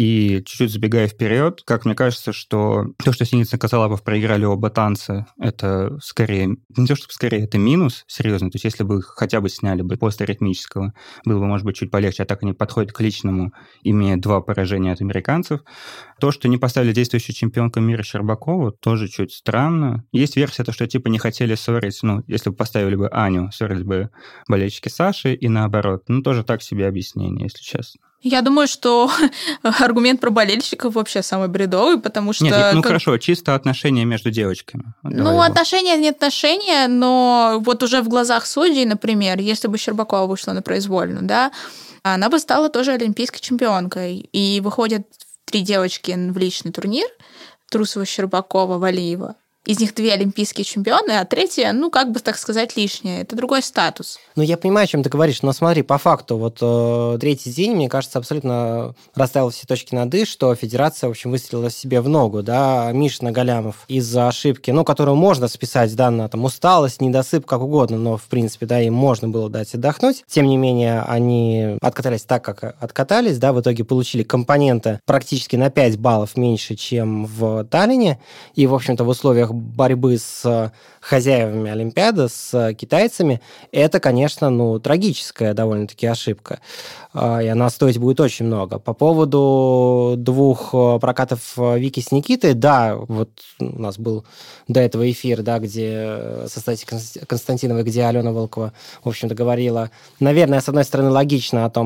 И чуть-чуть забегая вперед, как мне кажется, что то, что Синицын и Косолапов проиграли оба танца, это скорее, не то, чтобы скорее, это минус, серьезно. То есть если бы их хотя бы сняли бы после ритмического, было бы, может быть, чуть полегче, а так они подходят к личному, имея два поражения от американцев. То, что не поставили действующую чемпионку мира Щербакову, тоже чуть странно. Есть версия, то, что типа не хотели ссорить, ну, если бы поставили бы Аню, ссорились бы болельщики Саши и наоборот. Ну, тоже так себе объяснение, если честно. Я думаю, что аргумент про болельщиков вообще самый бредовый, потому что... Нет, ну как... хорошо, чисто отношения между девочками. Вот ну, отношения не отношения, но вот уже в глазах судей, например, если бы Щербакова вышла на произвольную, да, она бы стала тоже олимпийской чемпионкой. И выходят три девочки в личный турнир, Трусова, Щербакова, Валиева. Из них две олимпийские чемпионы, а третья, ну, как бы, так сказать, лишняя. Это другой статус. Ну, я понимаю, о чем ты говоришь, но смотри, по факту, вот э, третий день, мне кажется, абсолютно расставил все точки над «и», что федерация, в общем, выстрелила себе в ногу, да, Миша Нагалямов из-за ошибки, ну, которую можно списать, да, на там усталость, недосып, как угодно, но, в принципе, да, им можно было дать отдохнуть. Тем не менее, они откатались так, как откатались, да, в итоге получили компоненты практически на пять баллов меньше, чем в Таллине, и, в общем-то, в условиях борьбы с хозяевами Олимпиады, с китайцами, это, конечно, ну, трагическая довольно-таки ошибка. И она стоить будет очень много. По поводу двух прокатов Вики с Никитой, да, вот у нас был до этого эфир, да, где со Стасей Константиновой, где Алена Волкова, в общем-то, говорила, наверное, с одной стороны, логично о том,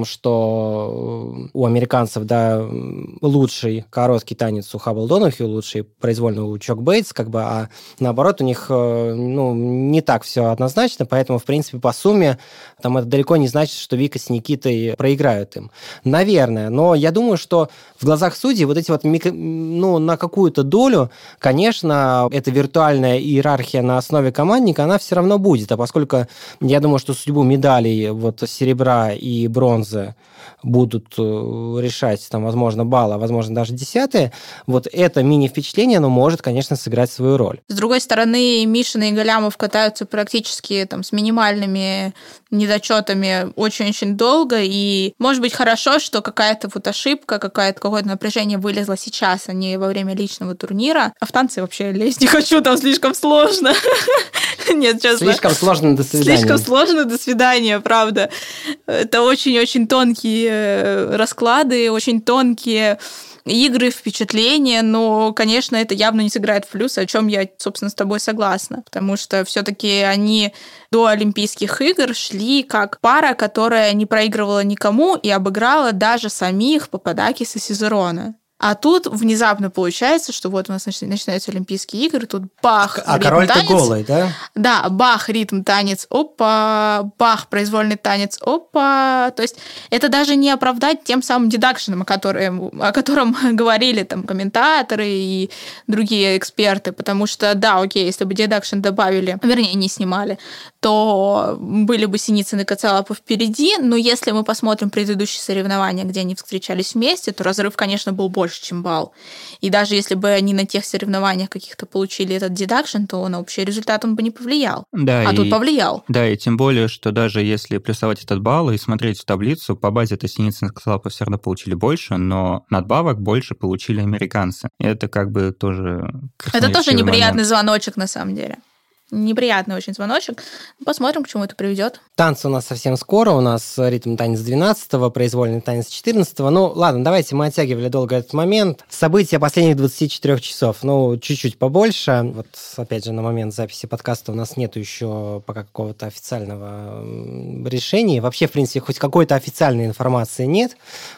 что у американцев, да, лучший короткий танец у Хаббл Донахью, лучший произвольный у Чок Бейтс, как бы, а наоборот, у них, ну, не так все однозначно, поэтому, в принципе, по сумме, там это далеко не значит, что Вика с Никитой проиграют им. Наверное, но я думаю, что в глазах судей вот эти вот, микро, ну, на какую-то долю, конечно, эта виртуальная иерархия на основе командника, она все равно будет, а поскольку я думаю, что судьбу медалей вот серебра и бронзы будут решать, там, возможно, баллы, а возможно, даже десятые, вот это мини-впечатление, оно может, конечно, сыграть свою роль. С другой стороны, Мишин и Галямов катаются практически там, с минимальными недочетами очень-очень долго, и может быть хорошо, что какая-то вот ошибка, какая-то, какое-то напряжение вылезло сейчас, а не во время личного турнира. А в танцы вообще лезть не хочу, там слишком сложно. Нет, честно. Слишком сложно, до свидания. Слишком сложно, до свидания, правда. Это очень-очень тонкие расклады, очень тонкие игры, впечатления, но, конечно, это явно не сыграет в плюс, о чем я, собственно, с тобой согласна, потому что все-таки они до Олимпийских игр шли как пара, которая не проигрывала никому и обыграла даже самих Пападакис и Сизерона. А тут внезапно получается, что вот у нас начинаются Олимпийские игры, тут бах, а король-то голый, да? Да, бах, ритм, танец, опа, бах, произвольный танец, опа. То есть это даже не оправдать тем самым дедакшеном, о котором, о котором говорили там комментаторы и другие эксперты, потому что, да, окей, если бы дедакшен добавили, вернее, не снимали, то были бы Синицын и Коцалапов впереди, но если мы посмотрим предыдущие соревнования, где они встречались вместе, то разрыв, конечно, был больше, чем балл. И даже если бы они на тех соревнованиях каких-то получили этот дедакшн, то на общий результат он бы не повлиял. Да, а и, тут повлиял. Да, и тем более, что даже если плюсовать этот балл и смотреть в таблицу, по базе-то Синицын и Коцалапов все равно получили больше, но надбавок больше получили американцы. И это как бы тоже... Это тоже неприятный момент. Звоночек, на самом деле. Неприятный очень звоночек. Посмотрим, к чему это приведет. Танцы у нас совсем скоро. У нас ритм танец двенадцатого, произвольный танец четырнадцатого. Ну, ладно, давайте, мы оттягивали долго этот момент. События последних двадцати четырёх часов. Ну, чуть-чуть побольше. Вот, опять же, на момент записи подкаста у нас нет еще пока какого-то официального решения. Вообще, в принципе, хоть какой-то официальной информации нет.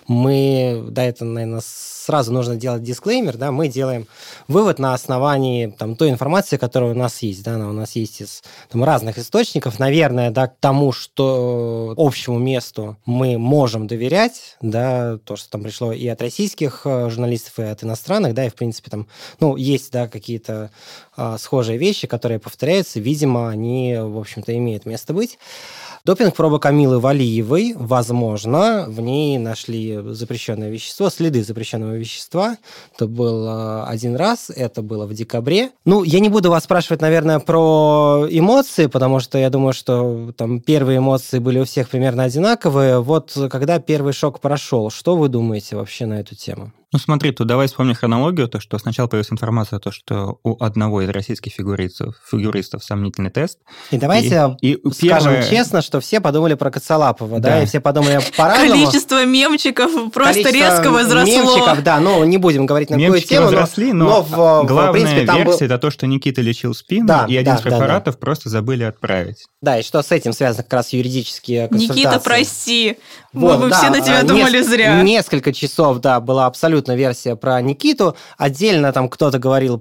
Мы, да, это, наверное, сразу нужно делать дисклеймер, да, мы делаем вывод на основании там, той информации, которая у нас есть, да, она у нас есть из там, разных источников, наверное, да, к тому, что общему месту мы можем доверять, да, то, что там пришло и от российских журналистов, и от иностранных, да, и, в принципе, там, ну, есть, да, какие-то а, схожие вещи, которые повторяются, видимо, они, в общем-то, имеют место быть. Допинг-проба Камилы Валиевой, возможно, в ней нашли запрещенное вещество, следы запрещенного вещества. Это был один раз, это было в декабре. Ну, я не буду вас спрашивать, наверное, про эмоции, потому что я думаю, что там первые эмоции были у всех примерно одинаковые. Вот когда первый шок прошел, что вы думаете вообще на эту тему? Ну, смотри, тут давай вспомним хронологию, то, что сначала появилась информация, то, что у одного из российских фигуристов, фигуристов сомнительный тест. И давайте и, и скажем первое... честно, что все подумали про Коцалапова, да, да и все подумали по-разному. Количество мемчиков просто Количество резко возросло. Мемчиков, да, но не будем говорить на Мемчики какую тему. возросли, но, но в, главная в принципе, там версия был... это то, что Никита лечил спину, да, и один да, из препаратов да, да. просто забыли отправить. Да, и что с этим связано как раз юридические консультации. Никита, прости, вот, мы да, все на тебя нес- думали зря. Несколько часов, да, была абсолютно абсолютно версия про Никиту. Отдельно там кто-то говорил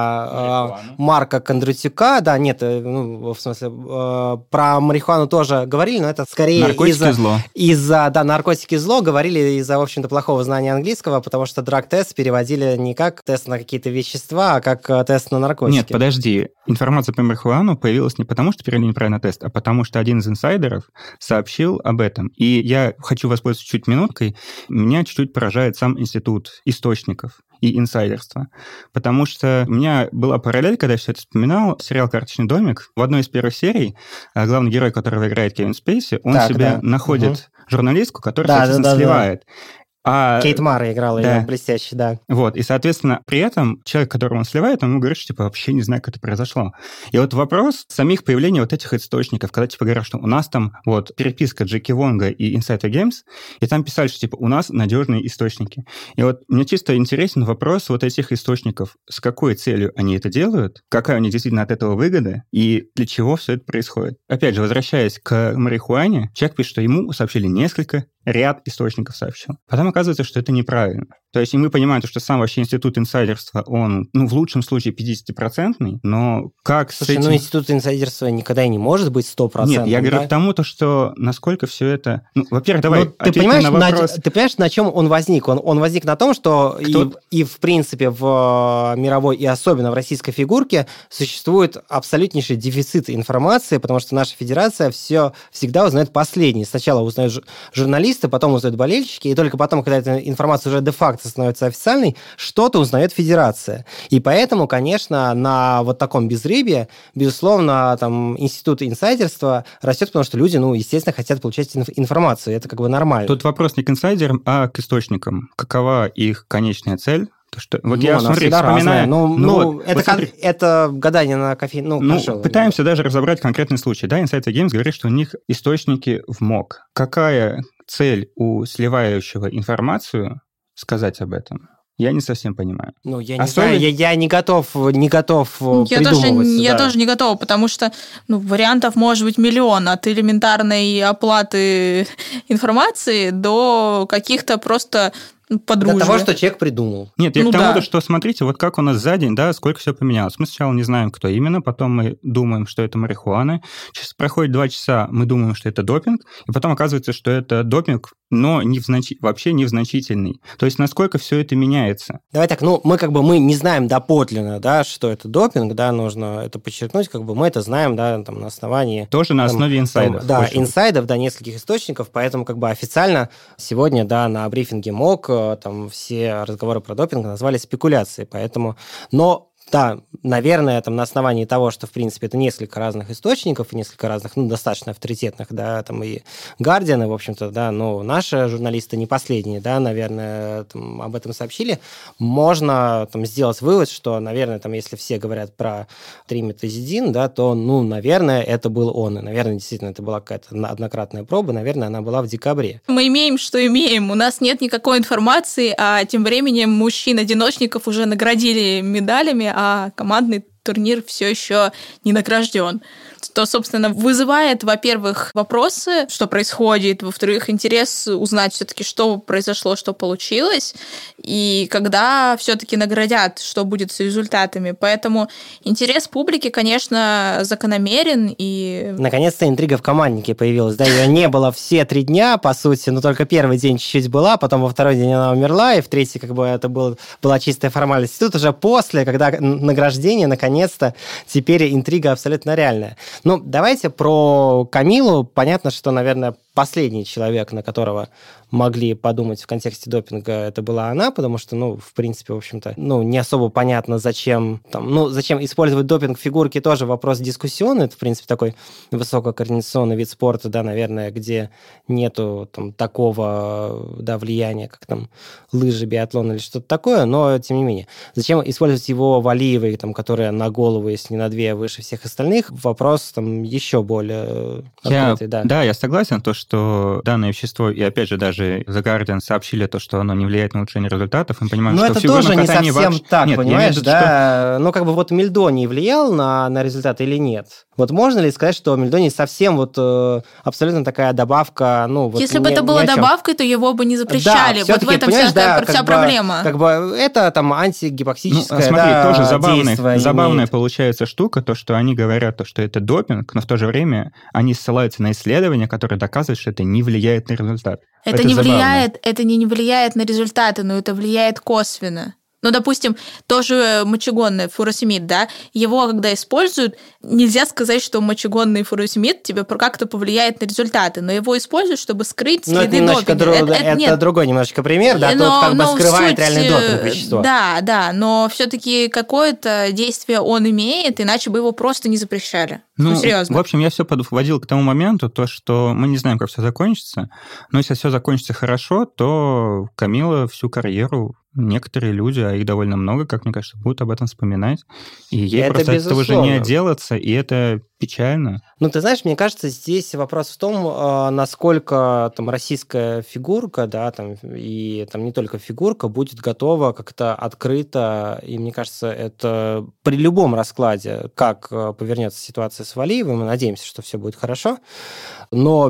про э, Марка Кондратюка. Да, нет, ну, в смысле, э, про марихуану тоже говорили, но это скорее из-за, зло. из-за... Да, наркотики зло говорили из-за, в общем-то, плохого знания английского, потому что драг-тест переводили не как тест на какие-то вещества, а как тест на наркотики. Нет, подожди. Информация про марихуану появилась не потому, что перевели неправильно тест, а потому что один из инсайдеров сообщил об этом. И я хочу воспользоваться чуть минуткой. Меня чуть-чуть поражает сам институт источников и инсайдерства. Потому что у меня была параллель, когда я все это вспоминал, сериал «Карточный домик». В одной из первых серий главный герой, которого играет Кевин Спейси, он так, себе да. находит угу. журналистку, которая, да, соответственно, да, да, сливает. Да. А... Кейт Мара играла, да. Ее блестяще, да. Вот, и, соответственно, при этом человек, которого он сливает, он ему говорит, что, типа, вообще не знаю, как это произошло. И вот вопрос самих появления вот этих источников, когда, типа, говорят, что у нас там, вот, переписка Джеки Вонга и Insider Games, и там писали, что, типа, у нас надежные источники. И вот мне чисто интересен вопрос вот этих источников, с какой целью они это делают, какая у них действительно от этого выгода, и для чего все это происходит. Опять же, возвращаясь к марихуане, человек пишет, что ему сообщили несколько, ряд источников сообщил. Потом оказывается, что это неправильно. То есть и мы понимаем, что сам вообще институт инсайдерства, он, ну, в лучшем случае пятидесятипроцентный, но как Слушай, с этим... ну, институт инсайдерства никогда и не может быть стопроцентным. Нет, я да? говорю к тому, то, что насколько все это... Ну, во-первых, давай ну, ты понимаешь, на вопрос... На, ты понимаешь, на чем он возник? Он, он возник на том, что Кто... и, и, в принципе, в мировой, и особенно в российской фигурке существует абсолютнейший дефицит информации, потому что наша федерация все всегда узнает последней. Сначала узнают ж- журналисты, потом узнают болельщики, и только потом, когда эта информация уже де-факто становится официальной, что-то узнает федерация. И поэтому, конечно, на вот таком безрыбье, безусловно, там, институт инсайдерства растет, потому что люди, ну, естественно, хотят получать информацию. Это как бы нормально. Тут вопрос не к инсайдерам, а к источникам. Какова их конечная цель? То, что... Вот ну, я, она смотри, всегда разная. Ну, ну, ну вот, это, вот кон... это гадание на кофе. Ну, ну хорошо, пытаемся да. даже разобрать конкретный случай. Да, Insider Games говорит, что у них источники в МОК. Какая цель у сливающего информацию сказать об этом? Я не совсем понимаю. Ну, я не Особенно... знаю, я, я не готов, не готов я тоже, да. Я тоже не готова, потому что ну, вариантов может быть миллион, от элементарной оплаты информации до каких-то просто... по дружбе. До того, что человек придумал. Нет, я ну, к тому, да. что, смотрите, вот как у нас за день, да, сколько все поменялось. Мы сначала не знаем, кто именно, потом мы думаем, что это марихуана. Сейчас проходит два часа, мы думаем, что это допинг, и потом оказывается, что это допинг, но не в значи... вообще не в значительный. То есть насколько все это меняется. Давай так, ну, мы как бы мы не знаем доподлинно, да, что это допинг, да, нужно это подчеркнуть, как бы мы это знаем, да, там, на основании... Тоже на там, основе инсайдов. Там, да, инсайдов, да, нескольких источников, поэтому как бы официально сегодня, да, на брифинге МОК там все разговоры про допинг назвали спекуляцией, поэтому... Но да, наверное, там на основании того, что, в принципе, это несколько разных источников, несколько разных, ну, достаточно авторитетных, да, там и Guardian, в общем-то, да, но наши журналисты не последние, да, наверное, там, об этом сообщили, можно там сделать вывод, что, наверное, там, если все говорят про триметазидин, да, то, ну, наверное, это был он, и, наверное, действительно, это была какая-то однократная проба, наверное, она была в декабре. Мы имеем, что имеем, у нас нет никакой информации, а тем временем мужчин-одиночников уже наградили медалями, а командный турнир все еще не награжден. Что, собственно, вызывает, во-первых, вопросы, что происходит, во-вторых, интерес узнать все-таки, что произошло, что получилось, и когда все-таки наградят, что будет с результатами. Поэтому интерес публики, конечно, закономерен. И... Наконец-то интрига в команднике появилась. Да, ее не было все три дня, по сути, но только первый день чуть-чуть была, потом во второй день она умерла, и в третий как бы это был, была чистая формальность. И тут уже после, когда награждение, наконец-то, теперь интрига абсолютно реальная. Ну, давайте про Камилу. Понятно, что, наверное, последний человек, на которого могли подумать в контексте допинга, это была она, потому что, ну, в принципе, в общем-то, ну, не особо понятно, зачем, там, ну, зачем использовать допинг в фигурке, тоже вопрос дискуссионный. Это, в принципе, такой высококоординационный вид спорта, да, наверное, где нету там такого, да, влияния, как там лыжи, биатлон или что-то такое, но, тем не менее. Зачем использовать его в Алиевой, там, которая на голову, если не на две, выше всех остальных? Вопрос там еще более открытый, я, да. Да, я согласен, то, что что данное вещество, и опять же даже The Guardian сообщили то, что оно не влияет на улучшение результатов, мы понимаем, Но что это в фигурном тоже не катании совсем вообще... так, Нет, понимаешь, виду, да? что... Ну, как бы вот мельдоний влиял на, на результаты или нет? Вот можно ли сказать, что мельдоний совсем вот э, абсолютно такая добавка, ну... Вот Если ни, бы это было добавкой, добавкой, то его бы не запрещали. Да, вот в этом вся, да, вся как проблема. Бы, как бы это там антигипоксическое, ну, смотри, да, тоже забавная, забавная имеет. получается штука, то, что они говорят, то, что это допинг, но в то же время они ссылаются на исследования, которые доказывают, что это не влияет на результат. Это, это не забавно. влияет, это не, не влияет на результаты, но это влияет косвенно. Ну, допустим, тоже мочегонный фуросемид, да, его, когда используют, нельзя сказать, что мочегонный фуросемид тебе как-то повлияет на результаты, но его используют, чтобы скрыть следы допинга. Друг, это, это, это другой немножечко пример, да, но, тут как бы скрывает суть, реальный допинг вещества. Да, да, но все-таки какое-то действие он имеет, иначе бы его просто не запрещали. Ну, ну серьезно. В общем, я все подводил к тому моменту, то, что мы не знаем, как все закончится, но если все закончится хорошо, то Камила всю карьеру некоторые люди, а их довольно много, как мне кажется, будут об этом вспоминать. И ей это просто от этого уже не отделаться, и это печально. Ну, ты знаешь, мне кажется, здесь вопрос в том, насколько там российская фигурка, да, там, и там не только фигурка, будет готова как-то открыто, и мне кажется, это при любом раскладе, как повернется ситуация с Валиевой, мы надеемся, что все будет хорошо, но,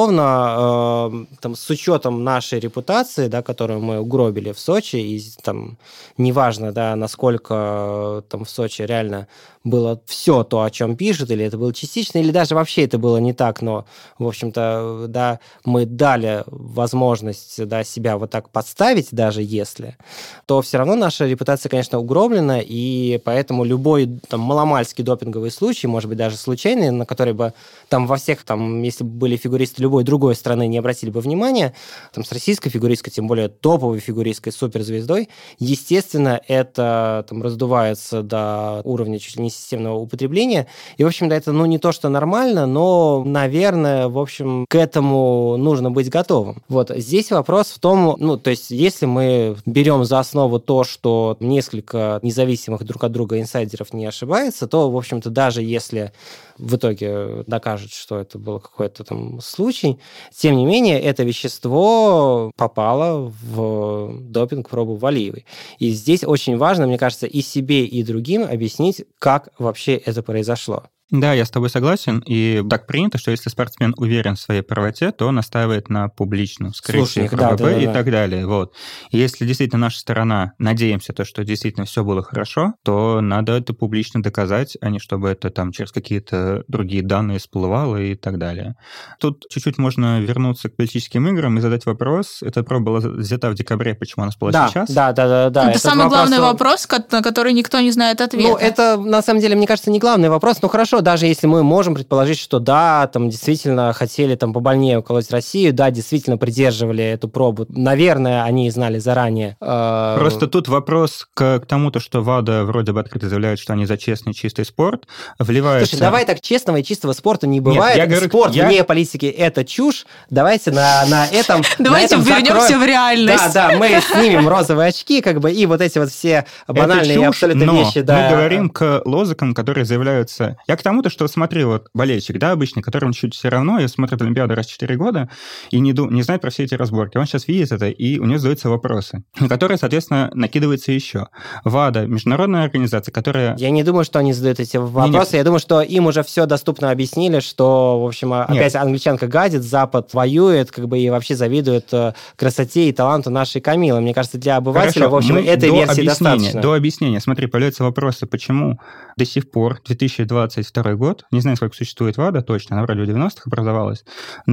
безусловно, там, с учетом нашей репутации, да, которую мы угробили в Сочи, и там неважно, да, насколько там в Сочи реально было все то, о чем пишут, или это было частично, или даже вообще это было не так, но, в общем-то, да, мы дали возможность, да, себя вот так подставить, даже если, то все равно наша репутация, конечно, угроблена, и поэтому любой там маломальский допинговый случай, может быть, даже случайный, на который бы там во всех, там, если бы были фигуристы любой другой страны, не обратили бы внимания, там, с российской фигуристкой, тем более топовой фигуристкой, суперзвездой, естественно, это там раздувается до уровня чуть ли не системного употребления. И, в общем-то, это, ну, не то, что нормально, но, наверное, в общем, к этому нужно быть готовым. Вот. Здесь вопрос в том, ну, то есть, если мы берем за основу то, что несколько независимых друг от друга инсайдеров не ошибается, то, в общем-то, даже если в итоге докажут, что это был какой-то там случай, тем не менее, это вещество попало в допинг-пробу Валиевой. И здесь очень важно, мне кажется, и себе, и другим объяснить, как вообще это произошло. Да, я с тобой согласен, и так принято, что если спортсмен уверен в своей правоте, то он настаивает на публичном вскрытии ПРВБ да, да, и да. так далее. Вот. И если действительно наша сторона надеемся, то, что действительно все было хорошо, то надо это публично доказать, а не чтобы это там через какие-то другие данные всплывало и так далее. Тут чуть-чуть можно вернуться к политическим играм и задать вопрос. Эта проба была взята в декабре, почему она всплыла да, сейчас? Да, да, да, да. Это Этот самый вопрос... главный вопрос, на который никто не знает ответа. Ну, это, на самом деле, мне кажется, не главный вопрос, но хорошо, даже если мы можем предположить, что да, там действительно хотели там побольнее уколоть Россию, да, действительно придерживали эту пробу. Наверное, они знали заранее. Просто тут вопрос к, к тому, что ВАДА вроде бы открыто заявляет, что они за честный, чистый спорт, вливается... Слушай, давай так, честного и чистого спорта не бывает. Нет, я говорю, спорт я... вне политики – это чушь. Давайте на, на этом Давайте на этом вернемся закроем... в реальность. Да, да, мы снимем розовые очки, как бы, и вот эти вот все банальные чушь, абсолютно но вещи. Да. Мы говорим к лозунгам, которые заявляются... Я к тому, что, смотри, вот болельщик, да, обычный, которому чуть все равно, и смотрит Олимпиаду раз в четыре года, и не, ду... не знает про все эти разборки. Он сейчас видит это, и у него задаются вопросы, на которые, соответственно, накидывается еще. ВАДА, международная организация, которая... Я не думаю, что они задают эти вопросы. Нет, нет. Я думаю, что им уже все доступно объяснили, что, в общем, опять нет. англичанка гадит, Запад воюет, как бы, и вообще завидует красоте и таланту нашей Камилы. Мне кажется, для обывателя, Хорошо, в общем, этой версии достаточно. До объяснения. Смотри, появляются вопросы, почему до сих пор, две тысячи двадцать второй год, не знаю, сколько существует ВАДА, точно, она вроде в девяностых образовалась,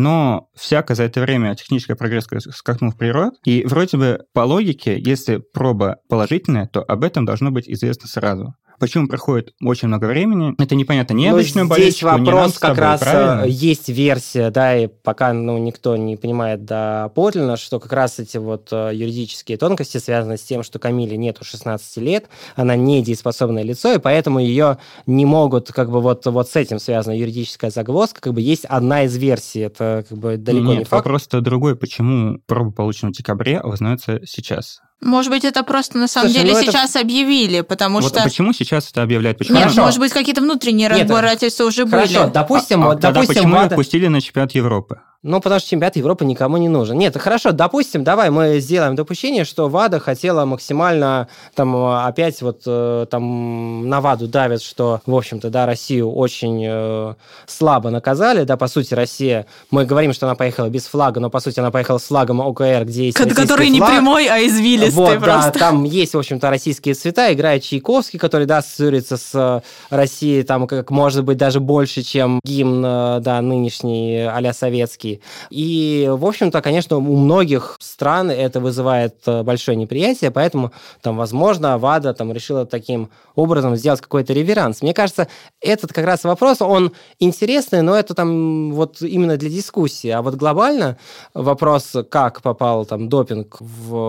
но всяко за это время технический прогресс скакнул в прирост, и вроде бы по логике, если проба положительная, то об этом должно быть известно сразу. Почему проходит очень много времени, это непонятно ни обычному болельщику, ни нам с тобой. Здесь вопрос как раз правильно? Есть версия, да, и пока ну, никто не понимает доподлинно, что как раз эти вот юридические тонкости связаны с тем, что Камиле нету шестнадцати лет, она недееспособное лицо, и поэтому ее не могут, как бы вот, вот с этим связана юридическая загвоздка, как бы есть одна из версий, это как бы далеко Нет, не факт. Вопрос-то другой, почему проба получена в декабре, а узнается сейчас? Может быть, это просто на самом Слушай, деле ну сейчас это... объявили, потому вот что... Почему сейчас это объявляют? Почему? Нет, Хорошо. может быть, какие-то внутренние Нет, разбирательства уже хорошо, были. допустим, а, вот, тогда допустим, почему ВАДА... ее пустили на чемпионат Европы? Ну, потому что чемпионат Европы никому не нужен. Нет, хорошо, допустим, давай мы сделаем допущение, что ВАДА хотела максимально, там, опять вот там на ВАДу давят, что, в общем-то, да, Россию очень э, слабо наказали, да, по сути, Россия, мы говорим, что она поехала без флага, но, по сути, она поехала с флагом ОКР, где есть российский который флаг. не прямой, а извилистый вот, просто. Да, там есть, в общем-то, российские цвета, играет Чайковский, который, да, ассоциируется с Россией, там, как может быть, даже больше, чем гимн, да, нынешний а-ля советский. И, в общем-то, конечно, у многих стран это вызывает большое неприятие, поэтому, там, возможно, ВАДА там решила таким образом сделать какой-то реверанс. Мне кажется, этот как раз вопрос, он интересный, но это там вот именно для дискуссии. А вот глобально вопрос, как попал там допинг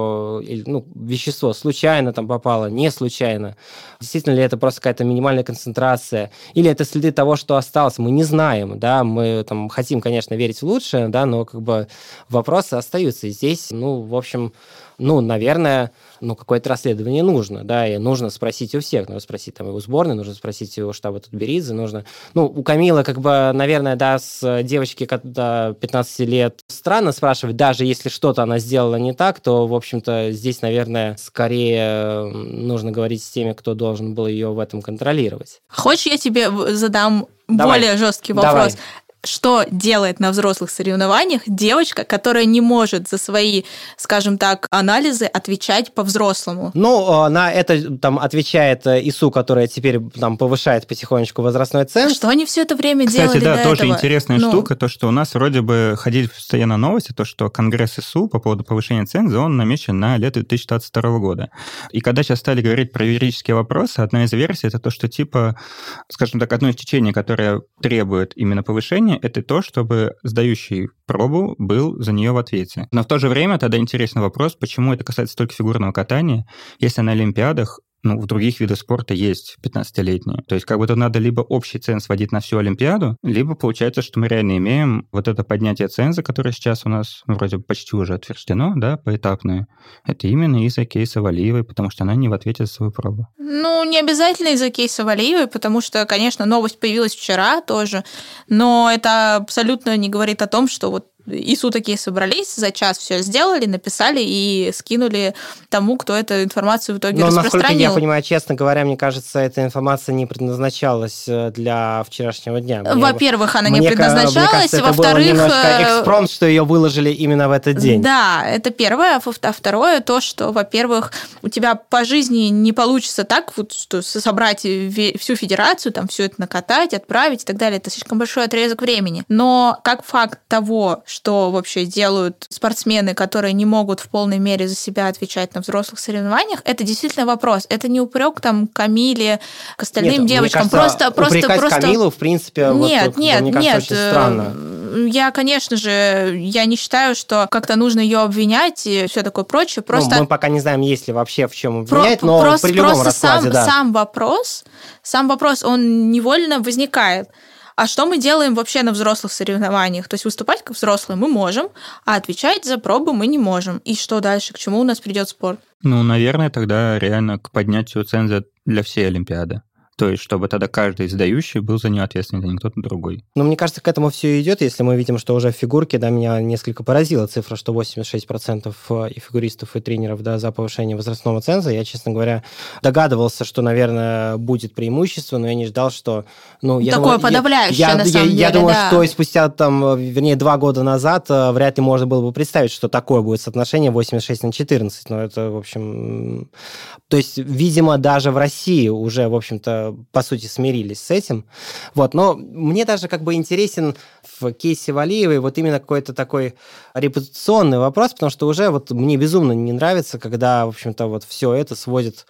в ну, вещество, случайно там попало, не случайно, действительно ли это просто какая-то минимальная концентрация, или это следы того, что осталось, мы не знаем, да, мы там хотим, конечно, верить в лучшее, да, но как бы вопросы остаются. И здесь, ну, в общем, ну, наверное, ну, какое-то расследование нужно, да, и нужно спросить у всех, нужно спросить там и у сборной, нужно спросить и у штаба Тутберидзе, нужно... Ну, у Камилы, как бы, наверное, да, с девочки до пятнадцати лет странно спрашивать, даже если что-то она сделала не так, то, в общем-то, здесь, наверное, скорее нужно говорить с теми, кто должен был ее в этом контролировать. Хочешь, я тебе задам Давай. более жесткий вопрос? Давай. Что делает на взрослых соревнованиях девочка, которая не может за свои, скажем так, анализы отвечать по-взрослому? Ну, на это там отвечает ИСУ, которая теперь там повышает потихонечку возрастной ценз. Что они все это время Кстати, делали да, до тоже этого? интересная ну... штука, то, что у нас вроде бы ходили постоянно новости, то, что Конгресс ИСУ по поводу повышения ценза, он намечен на лето две тысячи двадцать второго года. И когда сейчас стали говорить про юридические вопросы, одна из версий это то, что типа, скажем так, одно из течений, которое требует именно повышения, это то, чтобы сдающий пробу был за нее в ответе. Но в то же время тогда интересный вопрос, почему это касается только фигурного катания, если на Олимпиадах, ну, в других видах спорта есть пятнадцатилетние. То есть как бы тут надо либо общий ценз вводить на всю Олимпиаду, либо получается, что мы реально имеем вот это поднятие ценза, которое сейчас у нас ну, вроде бы почти уже утверждено, да, поэтапное. Это именно из-за кейса Валиевой, потому что она не в ответе за свою пробу. Ну, не обязательно из-за кейса Валиевой, потому что, конечно, новость появилась вчера тоже, но это абсолютно не говорит о том, что вот ИСУ такие собрались, за час все сделали, написали и скинули тому, кто эту информацию в итоге Но, распространил. насколько я понимаю, честно говоря, мне кажется, эта информация не предназначалась для вчерашнего дня. Мне, Во-первых, она мне, не предназначалась, мне кажется, во-вторых... Это был немножко экспромт, что ее выложили именно в этот день. Да, это первое. А второе, то, что, во-первых, у тебя по жизни не получится так, вот, что собрать всю федерацию, там, все это накатать, отправить и так далее. Это слишком большой отрезок времени. Но как факт того, что вообще делают спортсмены, которые не могут в полной мере за себя отвечать на взрослых соревнованиях, это действительно вопрос. Это не упрек там Камиле, к остальным нет, девочкам. Мне кажется, просто, упрекать просто... Камилу, в принципе, нет, вот, нет, мне кажется, нет, очень странно. Я, конечно же, я не считаю, что как-то нужно ее обвинять и все такое прочее. Просто... Ну, мы пока не знаем, есть ли вообще в чем обвинять, Про- но просто, при любом просто раскладе, сам, да. сам вопрос, сам вопрос, он невольно возникает. А что мы делаем вообще на взрослых соревнованиях? То есть выступать как взрослые мы можем, а отвечать за пробу мы не можем. И что дальше? К чему у нас придет спорт? Ну, наверное, тогда реально к поднятию ценза для всей Олимпиады. То есть, чтобы тогда каждый сдающий был за нее ответственен, а не кто-то другой. Ну, мне кажется, к этому все идет, если мы видим, что уже в фигурке, да, меня несколько поразила цифра, что восемьдесят шесть процентов и фигуристов, и тренеров, да, за повышение возрастного ценза. Я, честно говоря, догадывался, что, наверное, будет преимущество, но я не ждал, что... Ну, я Такое думаю, подавляющее, я, на я, самом я, деле, Я думаю, да. что и спустя, там, вернее, два года назад вряд ли можно было бы представить, что такое будет соотношение восемьдесят шесть на четырнадцать. Но это, в общем... То есть, видимо, даже в России уже, в общем-то, по сути, смирились с этим. Вот. Но мне даже как бы интересен в кейсе Валиевой вот именно какой-то такой репутационный вопрос, потому что уже вот мне безумно не нравится, когда, в общем-то, вот все это сводит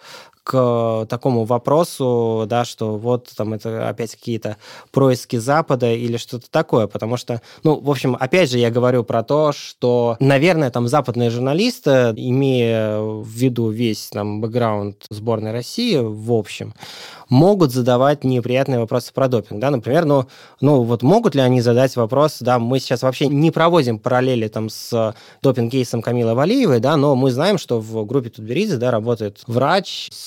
к такому вопросу, да, что вот там это опять какие-то происки Запада или что-то такое, потому что, ну, в общем, опять же я говорю про то, что, наверное, там западные журналисты, имея в виду весь там бэкграунд сборной России в общем, могут задавать неприятные вопросы про допинг, да, например, ну, ну вот могут ли они задать вопрос, да, мы сейчас вообще не проводим параллели там с допинг-кейсом Камилы Валиевой, да, но мы знаем, что в группе Тутберидзе, да, работает врач с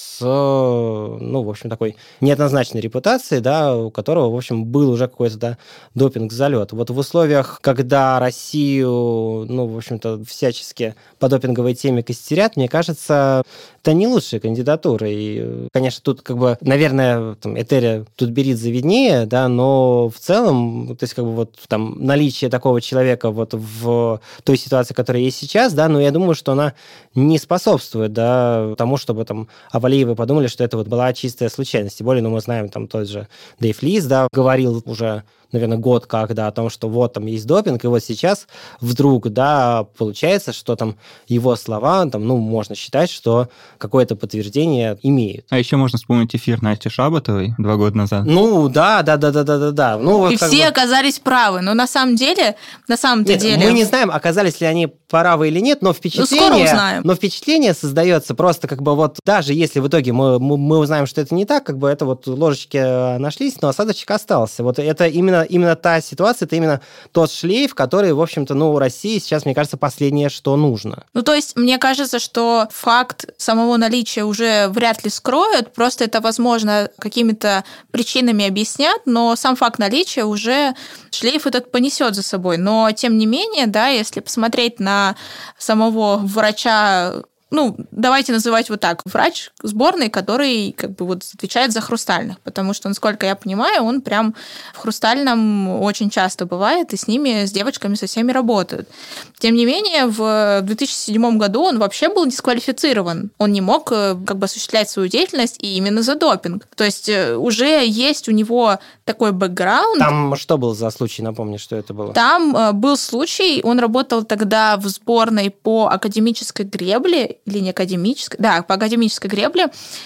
с, ну, в общем, такой неоднозначной репутацией, да, у которого, в общем, был уже какой-то, да, допинг-залет. Вот в условиях, когда Россию, ну, в общем-то, всячески по допинговой теме костерят, мне кажется, это не лучшая кандидатура. И, конечно, тут, как бы, наверное, там, Этери Тутберидзе виднее, да, но в целом, то есть, как бы, вот там наличие такого человека вот в той ситуации, которая есть сейчас, да, но я думаю, что она не способствует, да, тому, чтобы там о Валиевой подумали, что это вот была чистая случайность. Тем более, ну, мы знаем, там тот же Дэйв Лис, да, говорил уже, наверное, год как, да, о том, что вот там есть допинг, и вот сейчас вдруг, да, получается, что там его слова, там, ну, можно считать, что какое-то подтверждение имеют. А еще можно вспомнить эфир Насти Шабатовой два года назад. Ну, да, да, да, да, да, да, да. Ну, вот и все бы... оказались правы, но на самом деле, на самом-то нет, деле... Мы не знаем, оказались ли они правы или нет, но впечатление... Ну, скоро узнаем. Но впечатление создается просто как бы вот, даже если в итоге мы, мы, мы узнаем, что это не так, как бы это вот ложечки нашлись, но осадочек остался. Вот это именно, именно та ситуация, это именно тот шлейф, который, в общем-то, ну, России сейчас, мне кажется, последнее, что нужно. Ну, то есть, мне кажется, что факт самого наличия уже вряд ли скроют, просто это, возможно, какими-то причинами объяснят, но сам факт наличия уже шлейф этот понесет за собой. Но, тем не менее, да, если посмотреть на самого врача, ну, давайте называть вот так, врач сборной, который как бы вот отвечает за Хрустальных, потому что, насколько я понимаю, он прям в Хрустальном очень часто бывает, и с ними, с девочками со всеми работают. Тем не менее, в две тысячи седьмом году он вообще был дисквалифицирован. Он не мог как бы осуществлять свою деятельность и именно за допинг. То есть уже есть у него такой бэкграунд. Там что был за случай, напомни, что это было? Там был случай, он работал тогда в сборной по академической гребле, или не академической, да, по академической гребле,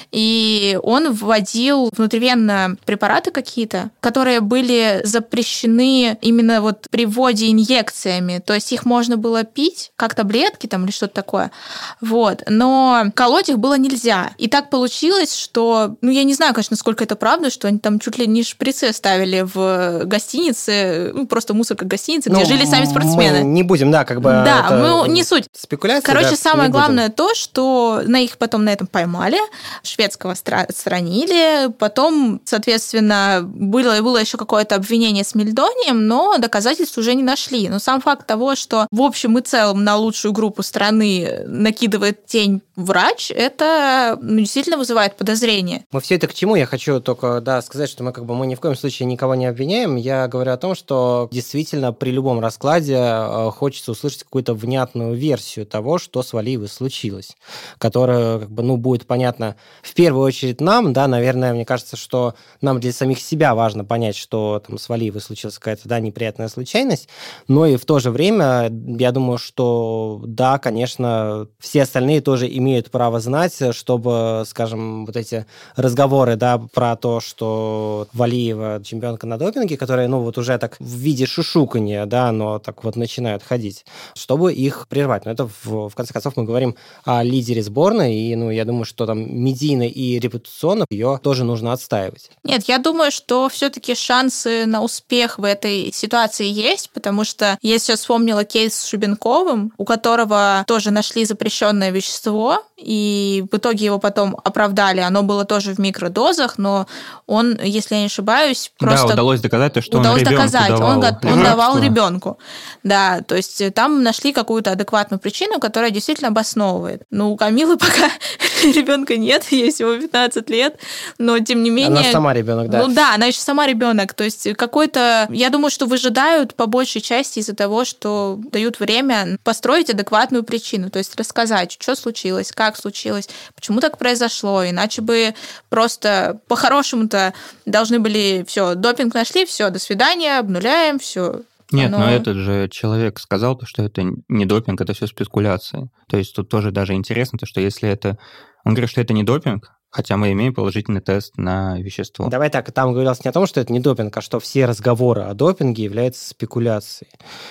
и он вводил внутривенно препараты какие-то, которые были запрещены именно вот при вводе инъекциями, то есть их можно было пить, как таблетки там или что-то такое, вот, но колоть их было нельзя. И так получилось, что, ну, я не знаю, конечно, насколько это правда, что они там чуть ли не шприцы ставили в гостинице, ну, просто мусорка гостиницы, где ну, жили сами спортсмены. Мы не будем, да, как бы... Да, мы не суть. Спекуляция. Короче, да, самое главное то, что на их потом на этом поймали, шведского отстранили, потом, соответственно, было, было еще какое-то обвинение с мельдонием, но доказательств уже не нашли. Но сам факт того, что в общем и целом на лучшую группу страны накидывает тень врач, это ну, действительно вызывает подозрение. Мы все это к чему? Я хочу только да, сказать, что мы как бы мы ни в коем случае никого не обвиняем. Я говорю о том, что действительно при любом раскладе хочется услышать какую-то внятную версию того, что с Валиевой случилось, которая как бы, ну, будет понятна в первую очередь нам, да, наверное, мне кажется, что нам для самих себя важно понять, что там с Валиевой случилась какая-то, да, неприятная случайность, но и в то же время я думаю, что да, конечно, все остальные тоже имеют право знать, чтобы, скажем, вот эти разговоры, да, про то, что Валиева чемпионка на допинге, которые, ну, вот уже так в виде шушуканья, да, но так вот начинают ходить, чтобы их прервать. Но это, в, в конце концов, мы говорим о лидере сборной, и, ну, я думаю, что там медийно и репутационно ее тоже нужно отстаивать. Нет, я думаю, что все-таки шансы на успех в этой ситуации есть, потому что я сейчас вспомнила кейс с Шубенковым, у которого тоже нашли запрещенное вещество, и в итоге его потом оправдали. Оно было тоже в микродозах, но он, если я не ошибаюсь, просто... Да, удалось доказать то, что удалось он ребенку доказать. давал. Он, он давал ребенку. Да, то есть там нашли какую-то адекватную причину, которая действительно обосновывает. Ну, у Камилы пока ребенка нет, ей всего пятнадцать лет, но тем не менее... Она сама ребенок, да. Ну да, она еще сама ребенок. То есть какой-то... Я думаю, что выжидают по большей части из-за того, что дают время построить адекватную причину, то есть рассказать, что случилось, как случилось, почему так произошло, иначе бы просто по-хорошему-то должны были все, допинг нашли, все, до свидания, обнуляем, все. Нет, Оно... но этот же человек сказал, что это не допинг, это все спекуляции. То есть тут тоже даже интересно, то, что если это... Он говорит, что это не допинг, хотя мы имеем положительный тест на вещество. Давай так, там говорилось не о том, что это не допинг, а что все разговоры о допинге являются спекуляцией.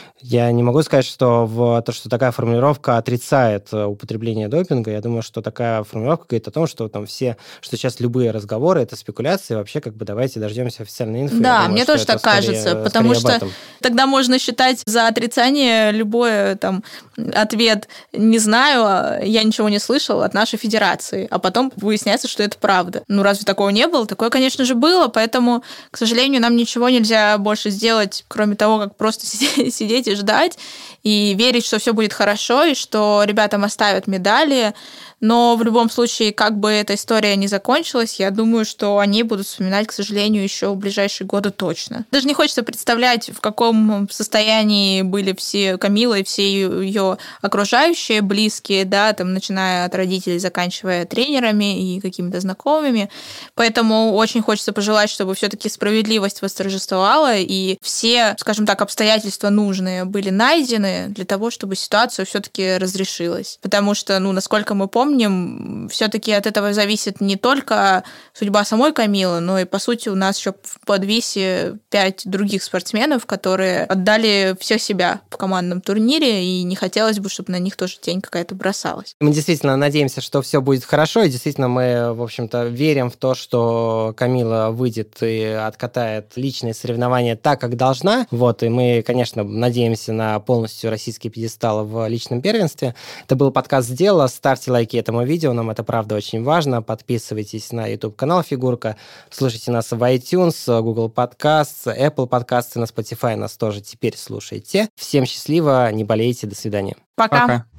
Я не могу сказать, что в то, что такая формулировка отрицает употребление допинга. Я думаю, что такая формулировка говорит о том, что там все, что сейчас любые разговоры это спекуляции. Вообще, как бы давайте дождемся официальной инфы. Да, думаю, мне тоже так скорее, кажется, потому что тогда можно считать за отрицание любое там ответ «не знаю, я ничего не слышал» от нашей федерации, а потом выясняется, что это правда. Ну, разве такого не было? Такое, конечно же, было, поэтому, к сожалению, нам ничего нельзя больше сделать, кроме того, как просто сидеть и ждать, и верить, что все будет хорошо, и что ребятам оставят медали. Но в любом случае, как бы эта история ни закончилась, я думаю, что они будут вспоминать, к сожалению, еще в ближайшие годы точно. Даже не хочется представлять, в каком состоянии были все Камила и все ее окружающие, близкие, да, там, начиная от родителей, заканчивая тренерами и какими-то знакомыми. Поэтому очень хочется пожелать, чтобы все-таки справедливость восторжествовала, и все, скажем так, обстоятельства нужные были найдены для того, чтобы ситуация все-таки разрешилась. Потому что, ну, насколько мы помним, Помним, все-таки от этого зависит не только судьба самой Камилы, но и, по сути, у нас еще в подвесе пять других спортсменов, которые отдали всех себя в командном турнире, и не хотелось бы, чтобы на них тоже тень какая-то бросалась. Мы действительно надеемся, что все будет хорошо, и действительно мы, в общем-то, верим в то, что Камила выйдет и откатает личные соревнования так, как должна. Вот, и мы, конечно, надеемся на полностью российский пьедестал в личном первенстве. Это был подкаст «Сделано». Ставьте лайки этому видео, нам это правда очень важно. Подписывайтесь на YouTube-канал «Фигурка», слушайте нас в iTunes, Google Podcasts, Apple Podcasts, и на Spotify нас тоже теперь слушайте. Всем счастливо, не болейте, до свидания. Пока. Пока.